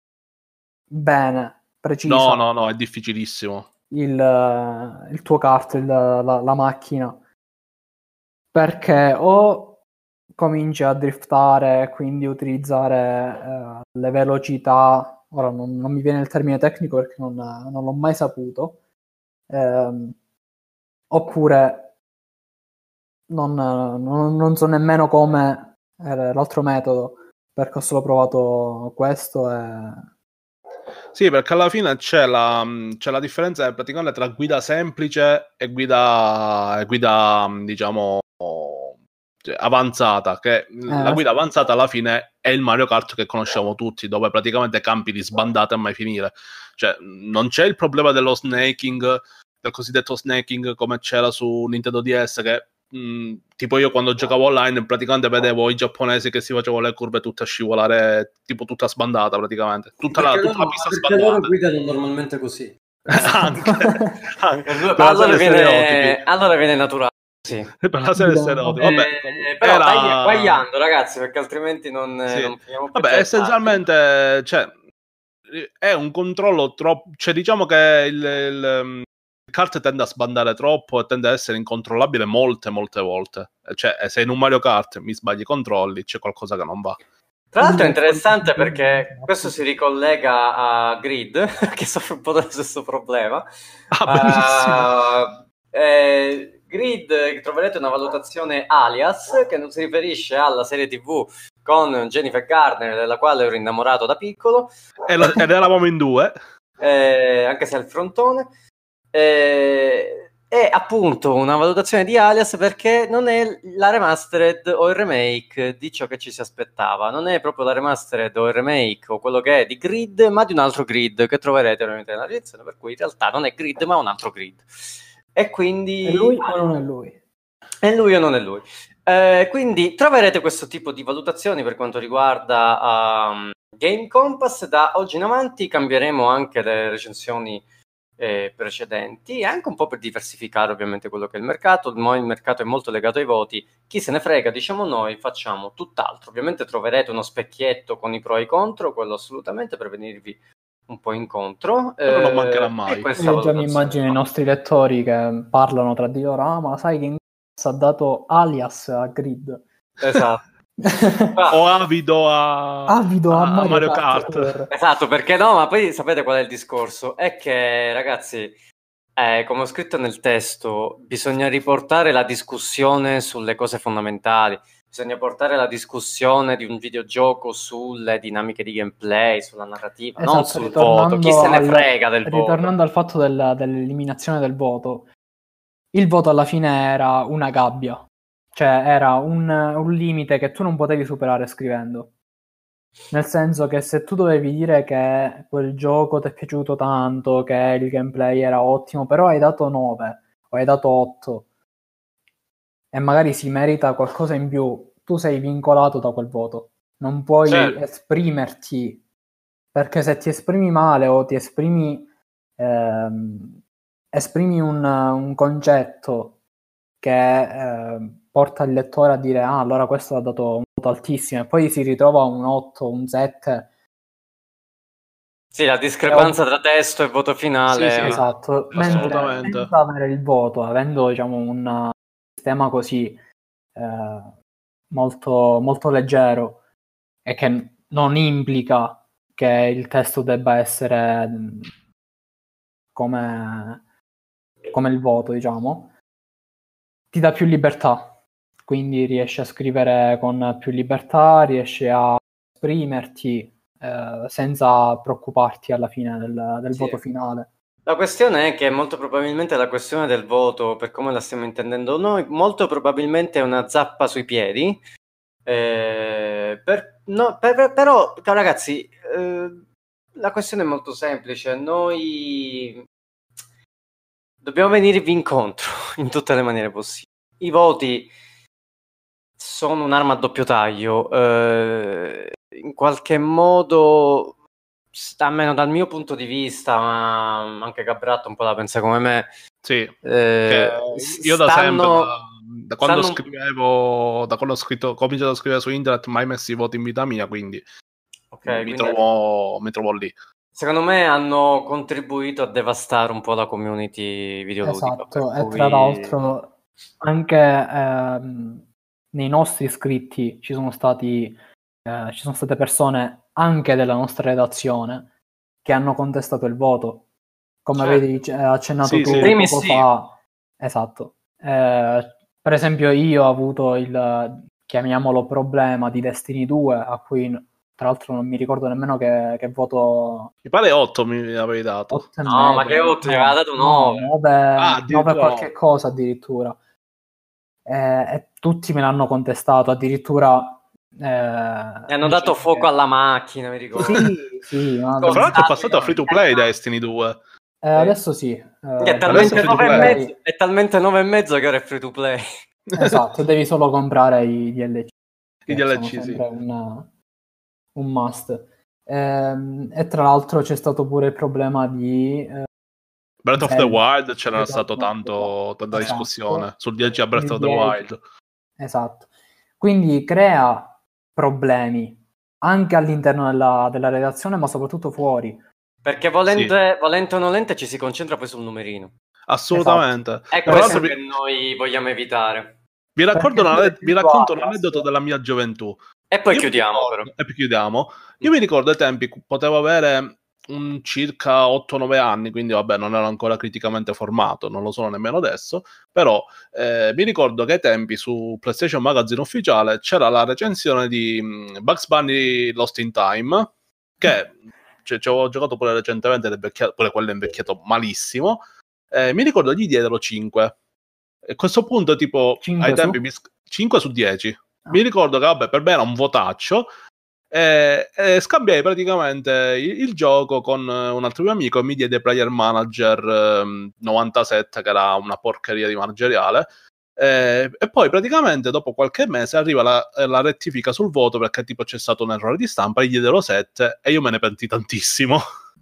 bene, no, precisa no, no, è difficilissimo. il, eh, il tuo kart, il- la, la macchina, perché o cominci a driftare, quindi utilizzare eh, le velocità, ora non, non mi viene il termine tecnico perché non, non l'ho mai saputo, ehm, oppure non, non- non so nemmeno come era l'altro metodo, perché ho solo provato questo e... Sì, perché alla fine c'è la, c'è la differenza praticamente tra guida semplice e guida, e guida diciamo, cioè, avanzata. Che la Eh, guida avanzata alla fine è il Mario Kart che conosciamo tutti, dove praticamente campi di sbandate a mai finire. Cioè, non c'è il problema dello snaking, del cosiddetto snaking come c'era su Nintendo D S, che mh, tipo io quando giocavo online praticamente vedevo i giapponesi che si facevano le curve tutte a scivolare, tipo tutta sbandata praticamente, tutta la, Perché tutta la loro, pista perché loro sbandata. guidano normalmente così. esatto. Anche, anche Per due- per la allora serie stereotipi, viene, allora viene naturale. Sì. per la serie Guidano. stereotipi. Vabbè, comunque Eh, però tagli- era tagliando, ragazzi, perché altrimenti non, eh, sì. non finiamo più Vabbè, già tardi. essenzialmente, cioè, è un controllo troppo, cioè diciamo che il, il, il kart tende a sbandare troppo e tende ad essere incontrollabile molte molte volte. Cioè, se in un Mario Kart mi sbagli i controlli, c'è qualcosa che non va. Tra l'altro è Quindi, interessante perché questo si ricollega a Grid, che soffre un po' dello stesso problema. Ah, benissimo. Uh, eh, Grid, troverete una valutazione alias che non si riferisce alla serie tivù con Jennifer Garner, della quale ero innamorato da piccolo, E lo- ed eravamo in due. eh, anche se è il frontone. Eh, è appunto una valutazione di alias perché non è la remastered o il remake di ciò che ci si aspettava, non è proprio la remastered o il remake o quello che è di Grid, ma di un altro Grid che troverete ovviamente nella recensione, per cui in realtà non è Grid ma un altro Grid. E quindi è lui o non è lui? è lui o non è lui. Eh, quindi troverete questo tipo di valutazioni per quanto riguarda um, Game Compass. Da oggi in avanti cambieremo anche le recensioni eh, precedenti, anche un po' per diversificare ovviamente quello che è il mercato. Il mercato è molto legato ai voti, chi se ne frega, diciamo noi, facciamo tutt'altro. Ovviamente troverete uno specchietto con i pro e i contro, quello assolutamente, per venirvi un po' incontro. Però non eh, mancherà e mai. questa Io già mi valutazione immagino i qua. nostri lettori che parlano tra di loro, ah ma sai che ha dato alias a Grid. Esatto. Ah, O avido a, Avido a a- a Mario, Mario Kart, Kart. Tour. esatto, perché no, ma poi sapete qual è il discorso? È che, ragazzi, eh, come ho scritto nel testo, bisogna riportare la discussione sulle cose fondamentali, bisogna portare la discussione di un videogioco sulle dinamiche di gameplay, sulla narrativa, non Esatto, sul voto. Chi se ne al, frega del voto? ritornando al fatto del- dell'eliminazione del voto, il voto alla fine era una gabbia. Cioè era un, un limite che tu non potevi superare scrivendo. Nel senso che se tu dovevi dire che quel gioco ti è piaciuto tanto, che il gameplay era ottimo, però hai dato nove o hai dato otto e magari si merita qualcosa in più, tu sei vincolato da quel voto. Non puoi Certo. esprimerti, perché se ti esprimi male o ti esprimi ehm, esprimi un, un concetto che eh, porta il lettore a dire ah, allora questo ha dato un voto altissimo e poi si ritrova un otto, un sette. Sì, la discrepanza tra testo e voto Sì, finale. sì, Esatto, mentre assolutamente. senza avere il voto, avendo diciamo un sistema così eh, molto, molto leggero e che non implica che il testo debba essere mh, come, come il voto, diciamo, ti dà più libertà, quindi riesci a scrivere con più libertà, riesci a esprimerti eh, senza preoccuparti alla fine del, del Sì. voto finale. La questione è che molto probabilmente la questione del voto, per come la stiamo intendendo noi, molto probabilmente è una zappa sui piedi. Eh, per, no, per, però, ragazzi, eh, la questione è molto semplice. Noi dobbiamo venirvi incontro in tutte le maniere possibili. I voti sono un'arma a doppio taglio. Eh, in qualche modo, almeno dal mio punto di vista, ma anche Gabratto un po' la pensa come me. Sì, Eh, io da sempre, stanno, da, da quando stanno... scrivevo, da quando ho scritto, ho cominciato a scrivere su internet, mai messi i voti in vita mia, quindi Okay, mi, quindi trovo, mi trovo lì. secondo me hanno contribuito a devastare un po' la community videoludica, per Esatto, e tra cui l'altro anche ehm, nei nostri iscritti ci sono stati eh, ci sono state persone anche della nostra redazione che hanno contestato il voto, come certo. avevi c- accennato Sì, tu sì. Primi poco sì. fa. Esatto. Eh, per esempio io ho avuto il, chiamiamolo, problema di Destiny due, a cui tra l'altro non mi ricordo nemmeno che, che voto. Mi pare otto mi avevi dato. otto e No, ma mezzo, che otto, gli aveva no, dato no, nove. Ah, nove, nove addirittura qualche no. cosa addirittura. Eh, e tutti me l'hanno contestato, addirittura Gli hanno eh, dato dicendo fuoco che alla macchina, mi ricordo. sì, sì, ma Fra l'altro è Scontato passato a free to play Destiny due. eh, adesso sì, eh, Che è Adesso è talmente per free to nove e play. mezzo, è talmente nove e mezzo che ora è free to play. esatto, devi solo comprare i D L C, I che sono D L C, sì. sempre un, un must. Ehm, e tra l'altro c'è stato pure il problema di eh, Breath of the Zelda. Wild c'era Breath of stato the Wild. tanto, tanta Esatto. discussione sul D L C a Breath Il of the dieci. Wild. Esatto. Quindi crea problemi anche all'interno della, della redazione, ma soprattutto fuori. Perché Sì, volente, volente o nolente ci si concentra poi sul numerino. assolutamente. Esatto. È Tra questo l'altro Perché, vi, che noi vogliamo evitare. vi racconto, perché tu un sei ane- vi racconto un abituato a aneddoto studiare. della mia gioventù. E poi Io mi chiudiamo però. ricordo, e poi chiudiamo. Io mi ricordo ai tempi potevo avere un circa otto nove anni, quindi vabbè, non ero ancora criticamente formato, non lo sono nemmeno adesso, però eh, mi ricordo che ai tempi su PlayStation Magazine ufficiale c'era la recensione di mh, Bugs Bunny Lost in Time, che cioè, ci avevo giocato pure recentemente ed è invecchiato, pure quello è invecchiato malissimo. Eh, mi ricordo gli diedero cinque. E a questo punto, tipo, ai cinque tempi su? mi sc- cinque su dieci. Ah. Mi ricordo che, vabbè, per me era un votaccio. E, e scambiai praticamente il, il gioco con eh, un altro mio amico e mi diede Player Manager ehm, novantasette, che era una porcheria di manageriale. E, e poi praticamente dopo qualche mese arriva la, la rettifica sul voto perché tipo c'è stato un errore di stampa, gli diedero sette e io me ne penti tantissimo.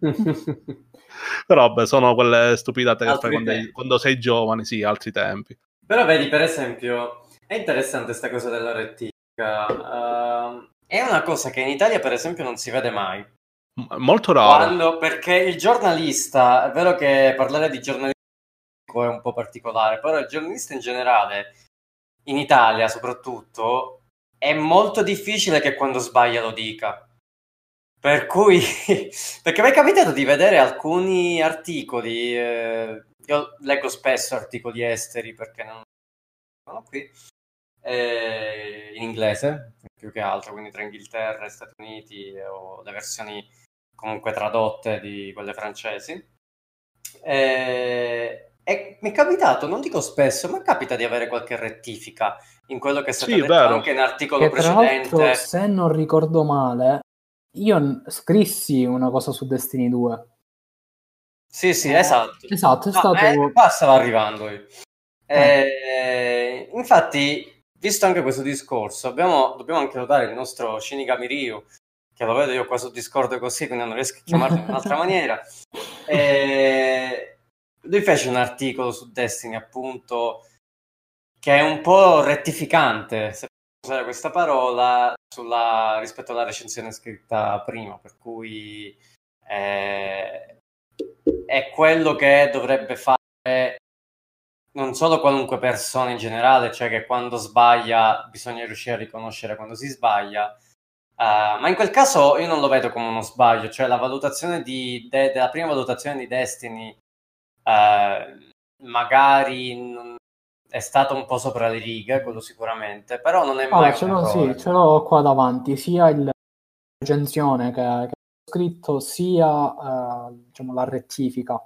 Però vabbè, sono quelle stupidate che fai Altri quando, tempi. quando sei giovane, sì, altri tempi. Però vedi, per esempio, è interessante questa cosa della rettifica. Uh, è una cosa che in Italia, per esempio, non si vede mai. M- molto raro. Quando, perché il giornalista, è vero che parlare di giornalismo è un po' particolare, però il giornalista in generale, in Italia soprattutto, è molto difficile che quando sbaglia lo dica. Per cui, perché mi è capitato di vedere alcuni articoli, eh, io leggo spesso articoli esteri perché non sono qui, eh, in inglese più che altro, quindi tra Inghilterra e Stati Uniti eh, o le versioni comunque tradotte di quelle francesi. E, E mi è capitato, non dico spesso, ma capita di avere qualche rettifica in quello che è stato Sì, detto vero. anche in articolo Che tra l'altro, precedente. se non ricordo male, io n- scrissi una cosa su Destiny due. Sì, sì, Eh, esatto. esatto, è No, eh, stato... qua stava arrivando io. eh, Eh, infatti, visto anche questo discorso, abbiamo, dobbiamo anche notare il nostro Shinigami Ryu, che lo vedo io qua su Discord così, quindi non riesco a chiamarlo in un'altra maniera. Eh, lui fece un articolo su Destiny, appunto, che è un po' rettificante, se posso usare questa parola, sulla, rispetto alla recensione scritta prima, per cui eh, è quello che dovrebbe fare non solo qualunque persona in generale, cioè che quando sbaglia bisogna riuscire a riconoscere quando si sbaglia, uh, ma in quel caso io non lo vedo come uno sbaglio, cioè la valutazione di, de, della prima valutazione di Destiny uh, magari non, è stata un po' sopra le righe, quello sicuramente, però non è mai allora, un ce l'ho, errore. sì, ce l'ho qua davanti, sia il- la recensione che, che ho scritto, sia eh, diciamo, la rettifica.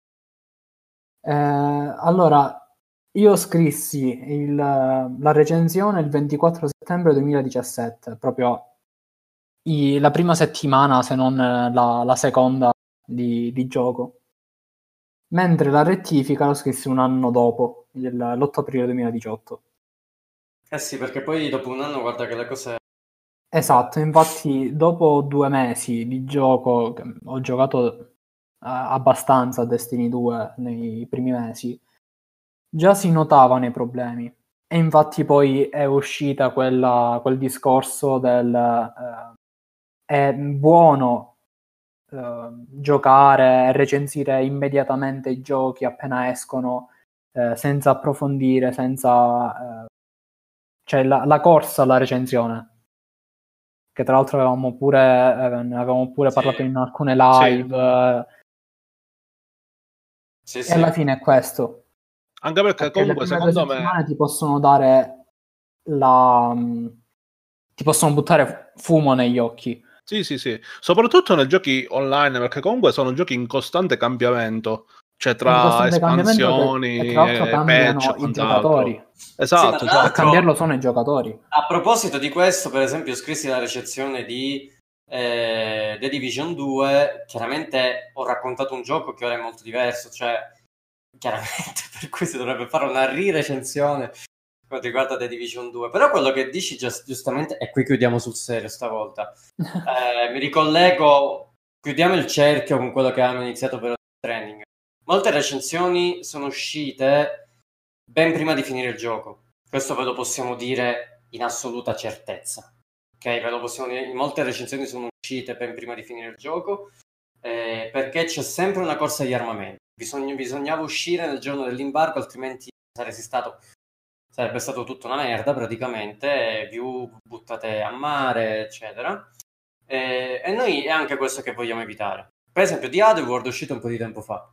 Eh, allora, io scrissi il- la recensione il ventiquattro settembre duemiladiciassette, proprio i- la prima settimana, se non la, la seconda di, di gioco. Mentre la rettifica l'ho scrissi un anno dopo, il- l'otto aprile duemiladiciotto. Eh sì, perché poi dopo un anno guarda che le cose... Esatto, infatti dopo due mesi di gioco, che ho giocato eh, abbastanza a Destiny due nei primi mesi, già si notavano i problemi. E infatti poi è uscita quella, quel discorso del eh, è buono eh, giocare e recensire immediatamente i giochi appena escono, eh, senza approfondire, senza... eh, cioè la, la corsa alla recensione. Che tra l'altro avevamo pure, eh, ne avevamo pure Sì, parlato in alcune Sì. live, eh, sì, e sì. alla fine è questo. Anche perché, Perché le comunque prime due secondo settimane me ti possono dare la... mh, ti possono buttare fumo negli occhi. sì, sì, sì, soprattutto nei giochi online, perché comunque sono giochi in costante cambiamento, cioè È in tra costante cambiamento che, e espansioni tra l'altro e patch cambiano e i giocatori. quant'altro. Sì, ma Esatto, tra A esatto. l'altro, cambiarlo sono i giocatori. a proposito di questo, per esempio, scrissi la recensione di eh, The Division due, chiaramente ho raccontato un gioco che ora è molto diverso, cioè chiaramente per cui si dovrebbe fare una ri-recensione quanto riguarda The Division due, però quello che dici giust- giustamente, e qui chiudiamo sul serio stavolta, eh, mi ricollego, chiudiamo il cerchio con quello che abbiamo iniziato per il training. Molte recensioni sono uscite ben prima di finire il gioco. Questo ve lo possiamo dire in assoluta certezza. Ok, ve lo possiamo dire. Molte recensioni sono uscite ben prima di finire il gioco, eh, perché c'è sempre una corsa agli armamenti. Bisogna, bisognava uscire nel giorno dell'imbarco, altrimenti saresti stato, sarebbe stato tutta una merda praticamente, più buttate a mare, eccetera. Eh, e noi è anche questo che vogliamo evitare. Per esempio, di Otherworld è uscito un po' di tempo fa.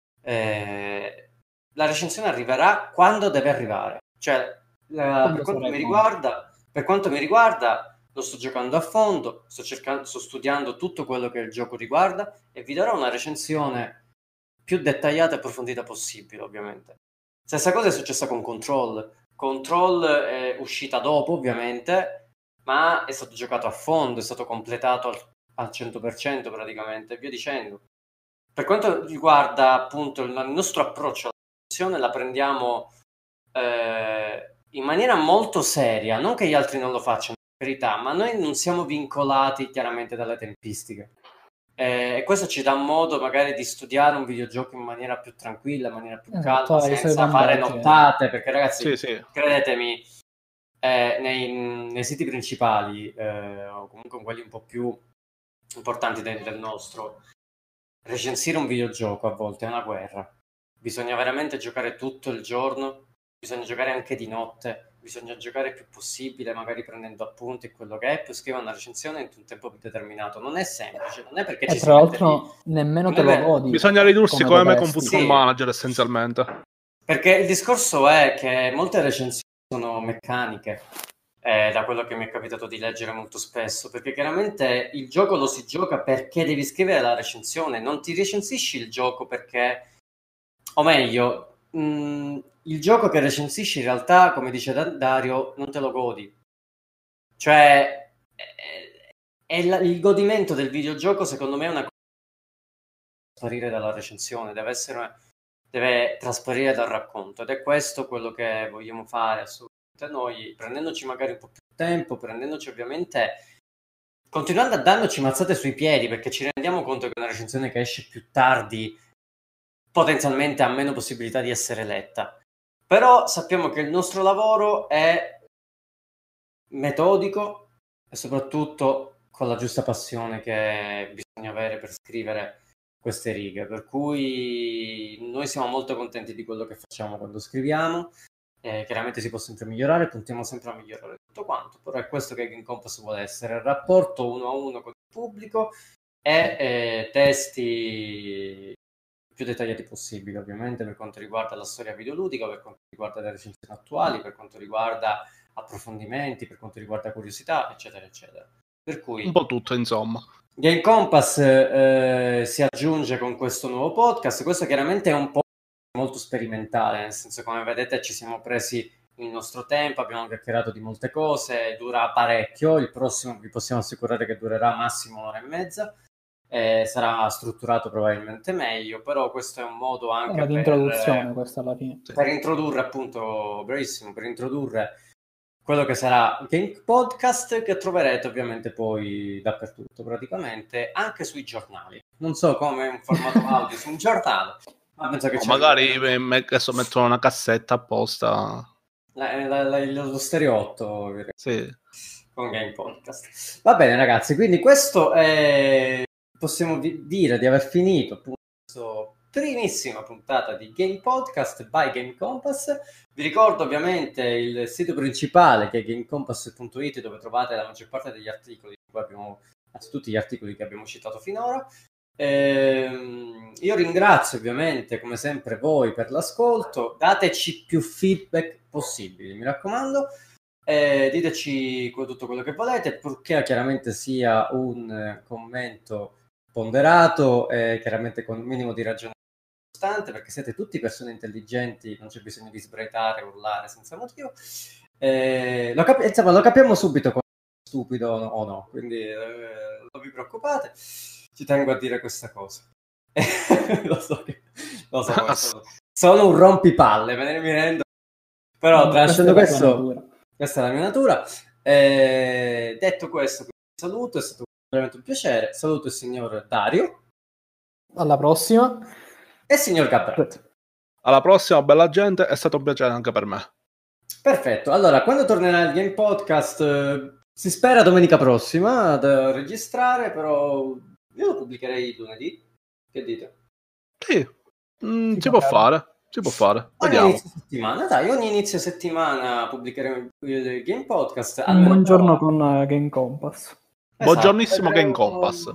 Eh, la recensione arriverà quando deve arrivare. Cioè, la- per Quando quanto sarà mi pronto. riguarda, per quanto mi riguarda, lo sto giocando a fondo, sto cercando, sto studiando tutto quello che il gioco riguarda e vi darò una recensione più dettagliata e approfondita possibile, ovviamente. Stessa cosa è successa con Control. Control è uscita dopo, ovviamente, ma è stato giocato a fondo, è stato completato al, al cento per cento praticamente, e via dicendo. Per quanto riguarda appunto il, il nostro approccio alla discussione, la prendiamo eh, in maniera molto seria, non che gli altri non lo facciano, per carità, ma noi non siamo vincolati chiaramente dalle tempistiche. Eh, e questo ci dà modo magari di studiare un videogioco in maniera più tranquilla, in maniera più Esatto, calma, ha i suoi senza fare vantaggi. eh. nottate, perché ragazzi, Sì, sì. credetemi, eh, nei, nei siti principali, eh, o comunque in quelli un po' più importanti del, del nostro, recensire un videogioco a volte è una guerra. Bisogna veramente giocare tutto il giorno, bisogna giocare anche di notte, bisogna giocare il più possibile, magari prendendo appunti e quello che è, poi scrivere una recensione in un tempo determinato. Non è semplice, non è perché E ci si tra mette lì. l'altro nemmeno Non te è lo vero. godi Bisogna ridursi come come me con dovresti. Football Sì. Manager essenzialmente. Perché il discorso è che molte recensioni sono meccaniche, eh, da quello che mi è capitato di leggere molto spesso, perché chiaramente il gioco lo si gioca perché devi scrivere la recensione, non ti recensisci il gioco perché, o meglio, mh, il gioco che recensisci in realtà, come dice Dario, non te lo godi. Cioè, è, è la, il godimento del videogioco, secondo me, è una cosa da trasparire dalla recensione, deve essere, deve trasparire dal racconto, ed è questo quello che vogliamo fare assolutamente noi, prendendoci magari un po' più tempo, prendendoci ovviamente, continuando a darci mazzate sui piedi, perché ci rendiamo conto che una recensione che esce più tardi potenzialmente ha meno possibilità di essere letta, però sappiamo che il nostro lavoro è metodico e soprattutto con la giusta passione che bisogna avere per scrivere queste righe, per cui noi siamo molto contenti di quello che facciamo quando scriviamo. Eh, chiaramente si può sempre migliorare, puntiamo sempre a migliorare tutto quanto, però è questo che Game Compass vuole essere: il rapporto uno a uno con il pubblico e eh, testi più dettagliati possibili, ovviamente, per quanto riguarda la storia videoludica, per quanto riguarda le recensioni attuali, per quanto riguarda approfondimenti, per quanto riguarda curiosità, eccetera eccetera. Per cui un po' tutto, insomma. Game Compass eh, si aggiunge con questo nuovo podcast. Questo chiaramente è un po' molto sperimentale, nel senso, come vedete, ci siamo presi il nostro tempo, abbiamo chiacchierato di molte cose, dura parecchio. Il prossimo vi possiamo assicurare che durerà massimo un'ora e mezza. Eh, sarà strutturato probabilmente meglio, però questo è un modo anche Era di per, introduzione, questa alla fine. per introdurre, appunto, bravissimo, per introdurre quello che sarà Game Podcast, che troverete ovviamente poi dappertutto, praticamente, anche sui giornali. Non so come un formato audio su un giornale, ma penso che O c'è magari un... adesso mettono una cassetta apposta. La, la, la, lo stereotto, sì, con Game Podcast. Va bene, ragazzi, quindi questo è... possiamo vi- dire di aver finito appunto questa primissima puntata di Game Podcast by Game Compass. Vi ricordo ovviamente il sito principale, che è gamecompass punto it, dove trovate la maggior parte degli articoli, abbiamo, anzi tutti gli articoli che abbiamo citato finora. Ehm, io ringrazio ovviamente come sempre voi per l'ascolto, dateci più feedback possibili, mi raccomando. Eh, diteci tutto quello che volete, purché chiaramente sia un eh, commento ponderato e chiaramente con un minimo di ragionamento costante, perché siete tutti persone intelligenti, non c'è bisogno di sbraitare, urlare senza motivo. Eh, lo, cap- insomma, lo capiamo subito come stupido o no, quindi eh, non vi preoccupate, ci tengo a dire questa cosa. lo so, che, lo so sono, sono un rompipalle, me ne mi rendo, però no, tralasciando questo... Questa è la mia natura. Eh, detto questo, saluto, è stato veramente un piacere. Saluto il signor Dario. Alla prossima. E il signor Gabbrat. Alla prossima, bella gente, è stato un piacere anche per me. Perfetto. Allora, quando tornerà il Game Podcast, eh, si spera domenica prossima da registrare, però io lo pubblicherei lunedì. Che dite? Sì, mm, si, si può fare. Si può fare, ogni vediamo. Inizio settimana, dai, ogni inizio settimana pubblicheremo il Game Podcast. Un buongiorno però... con uh, Game Compass. Esatto, buongiornissimo vedremo... Game Compass.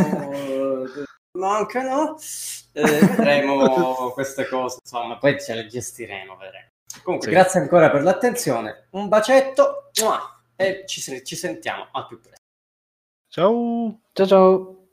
Ma anche no, eh, vedremo queste cose, insomma, poi ce le gestiremo, vedremo. Comunque, sì. Grazie ancora per l'attenzione, un bacetto e ci, ci sentiamo al più presto. Ciao. Ciao ciao.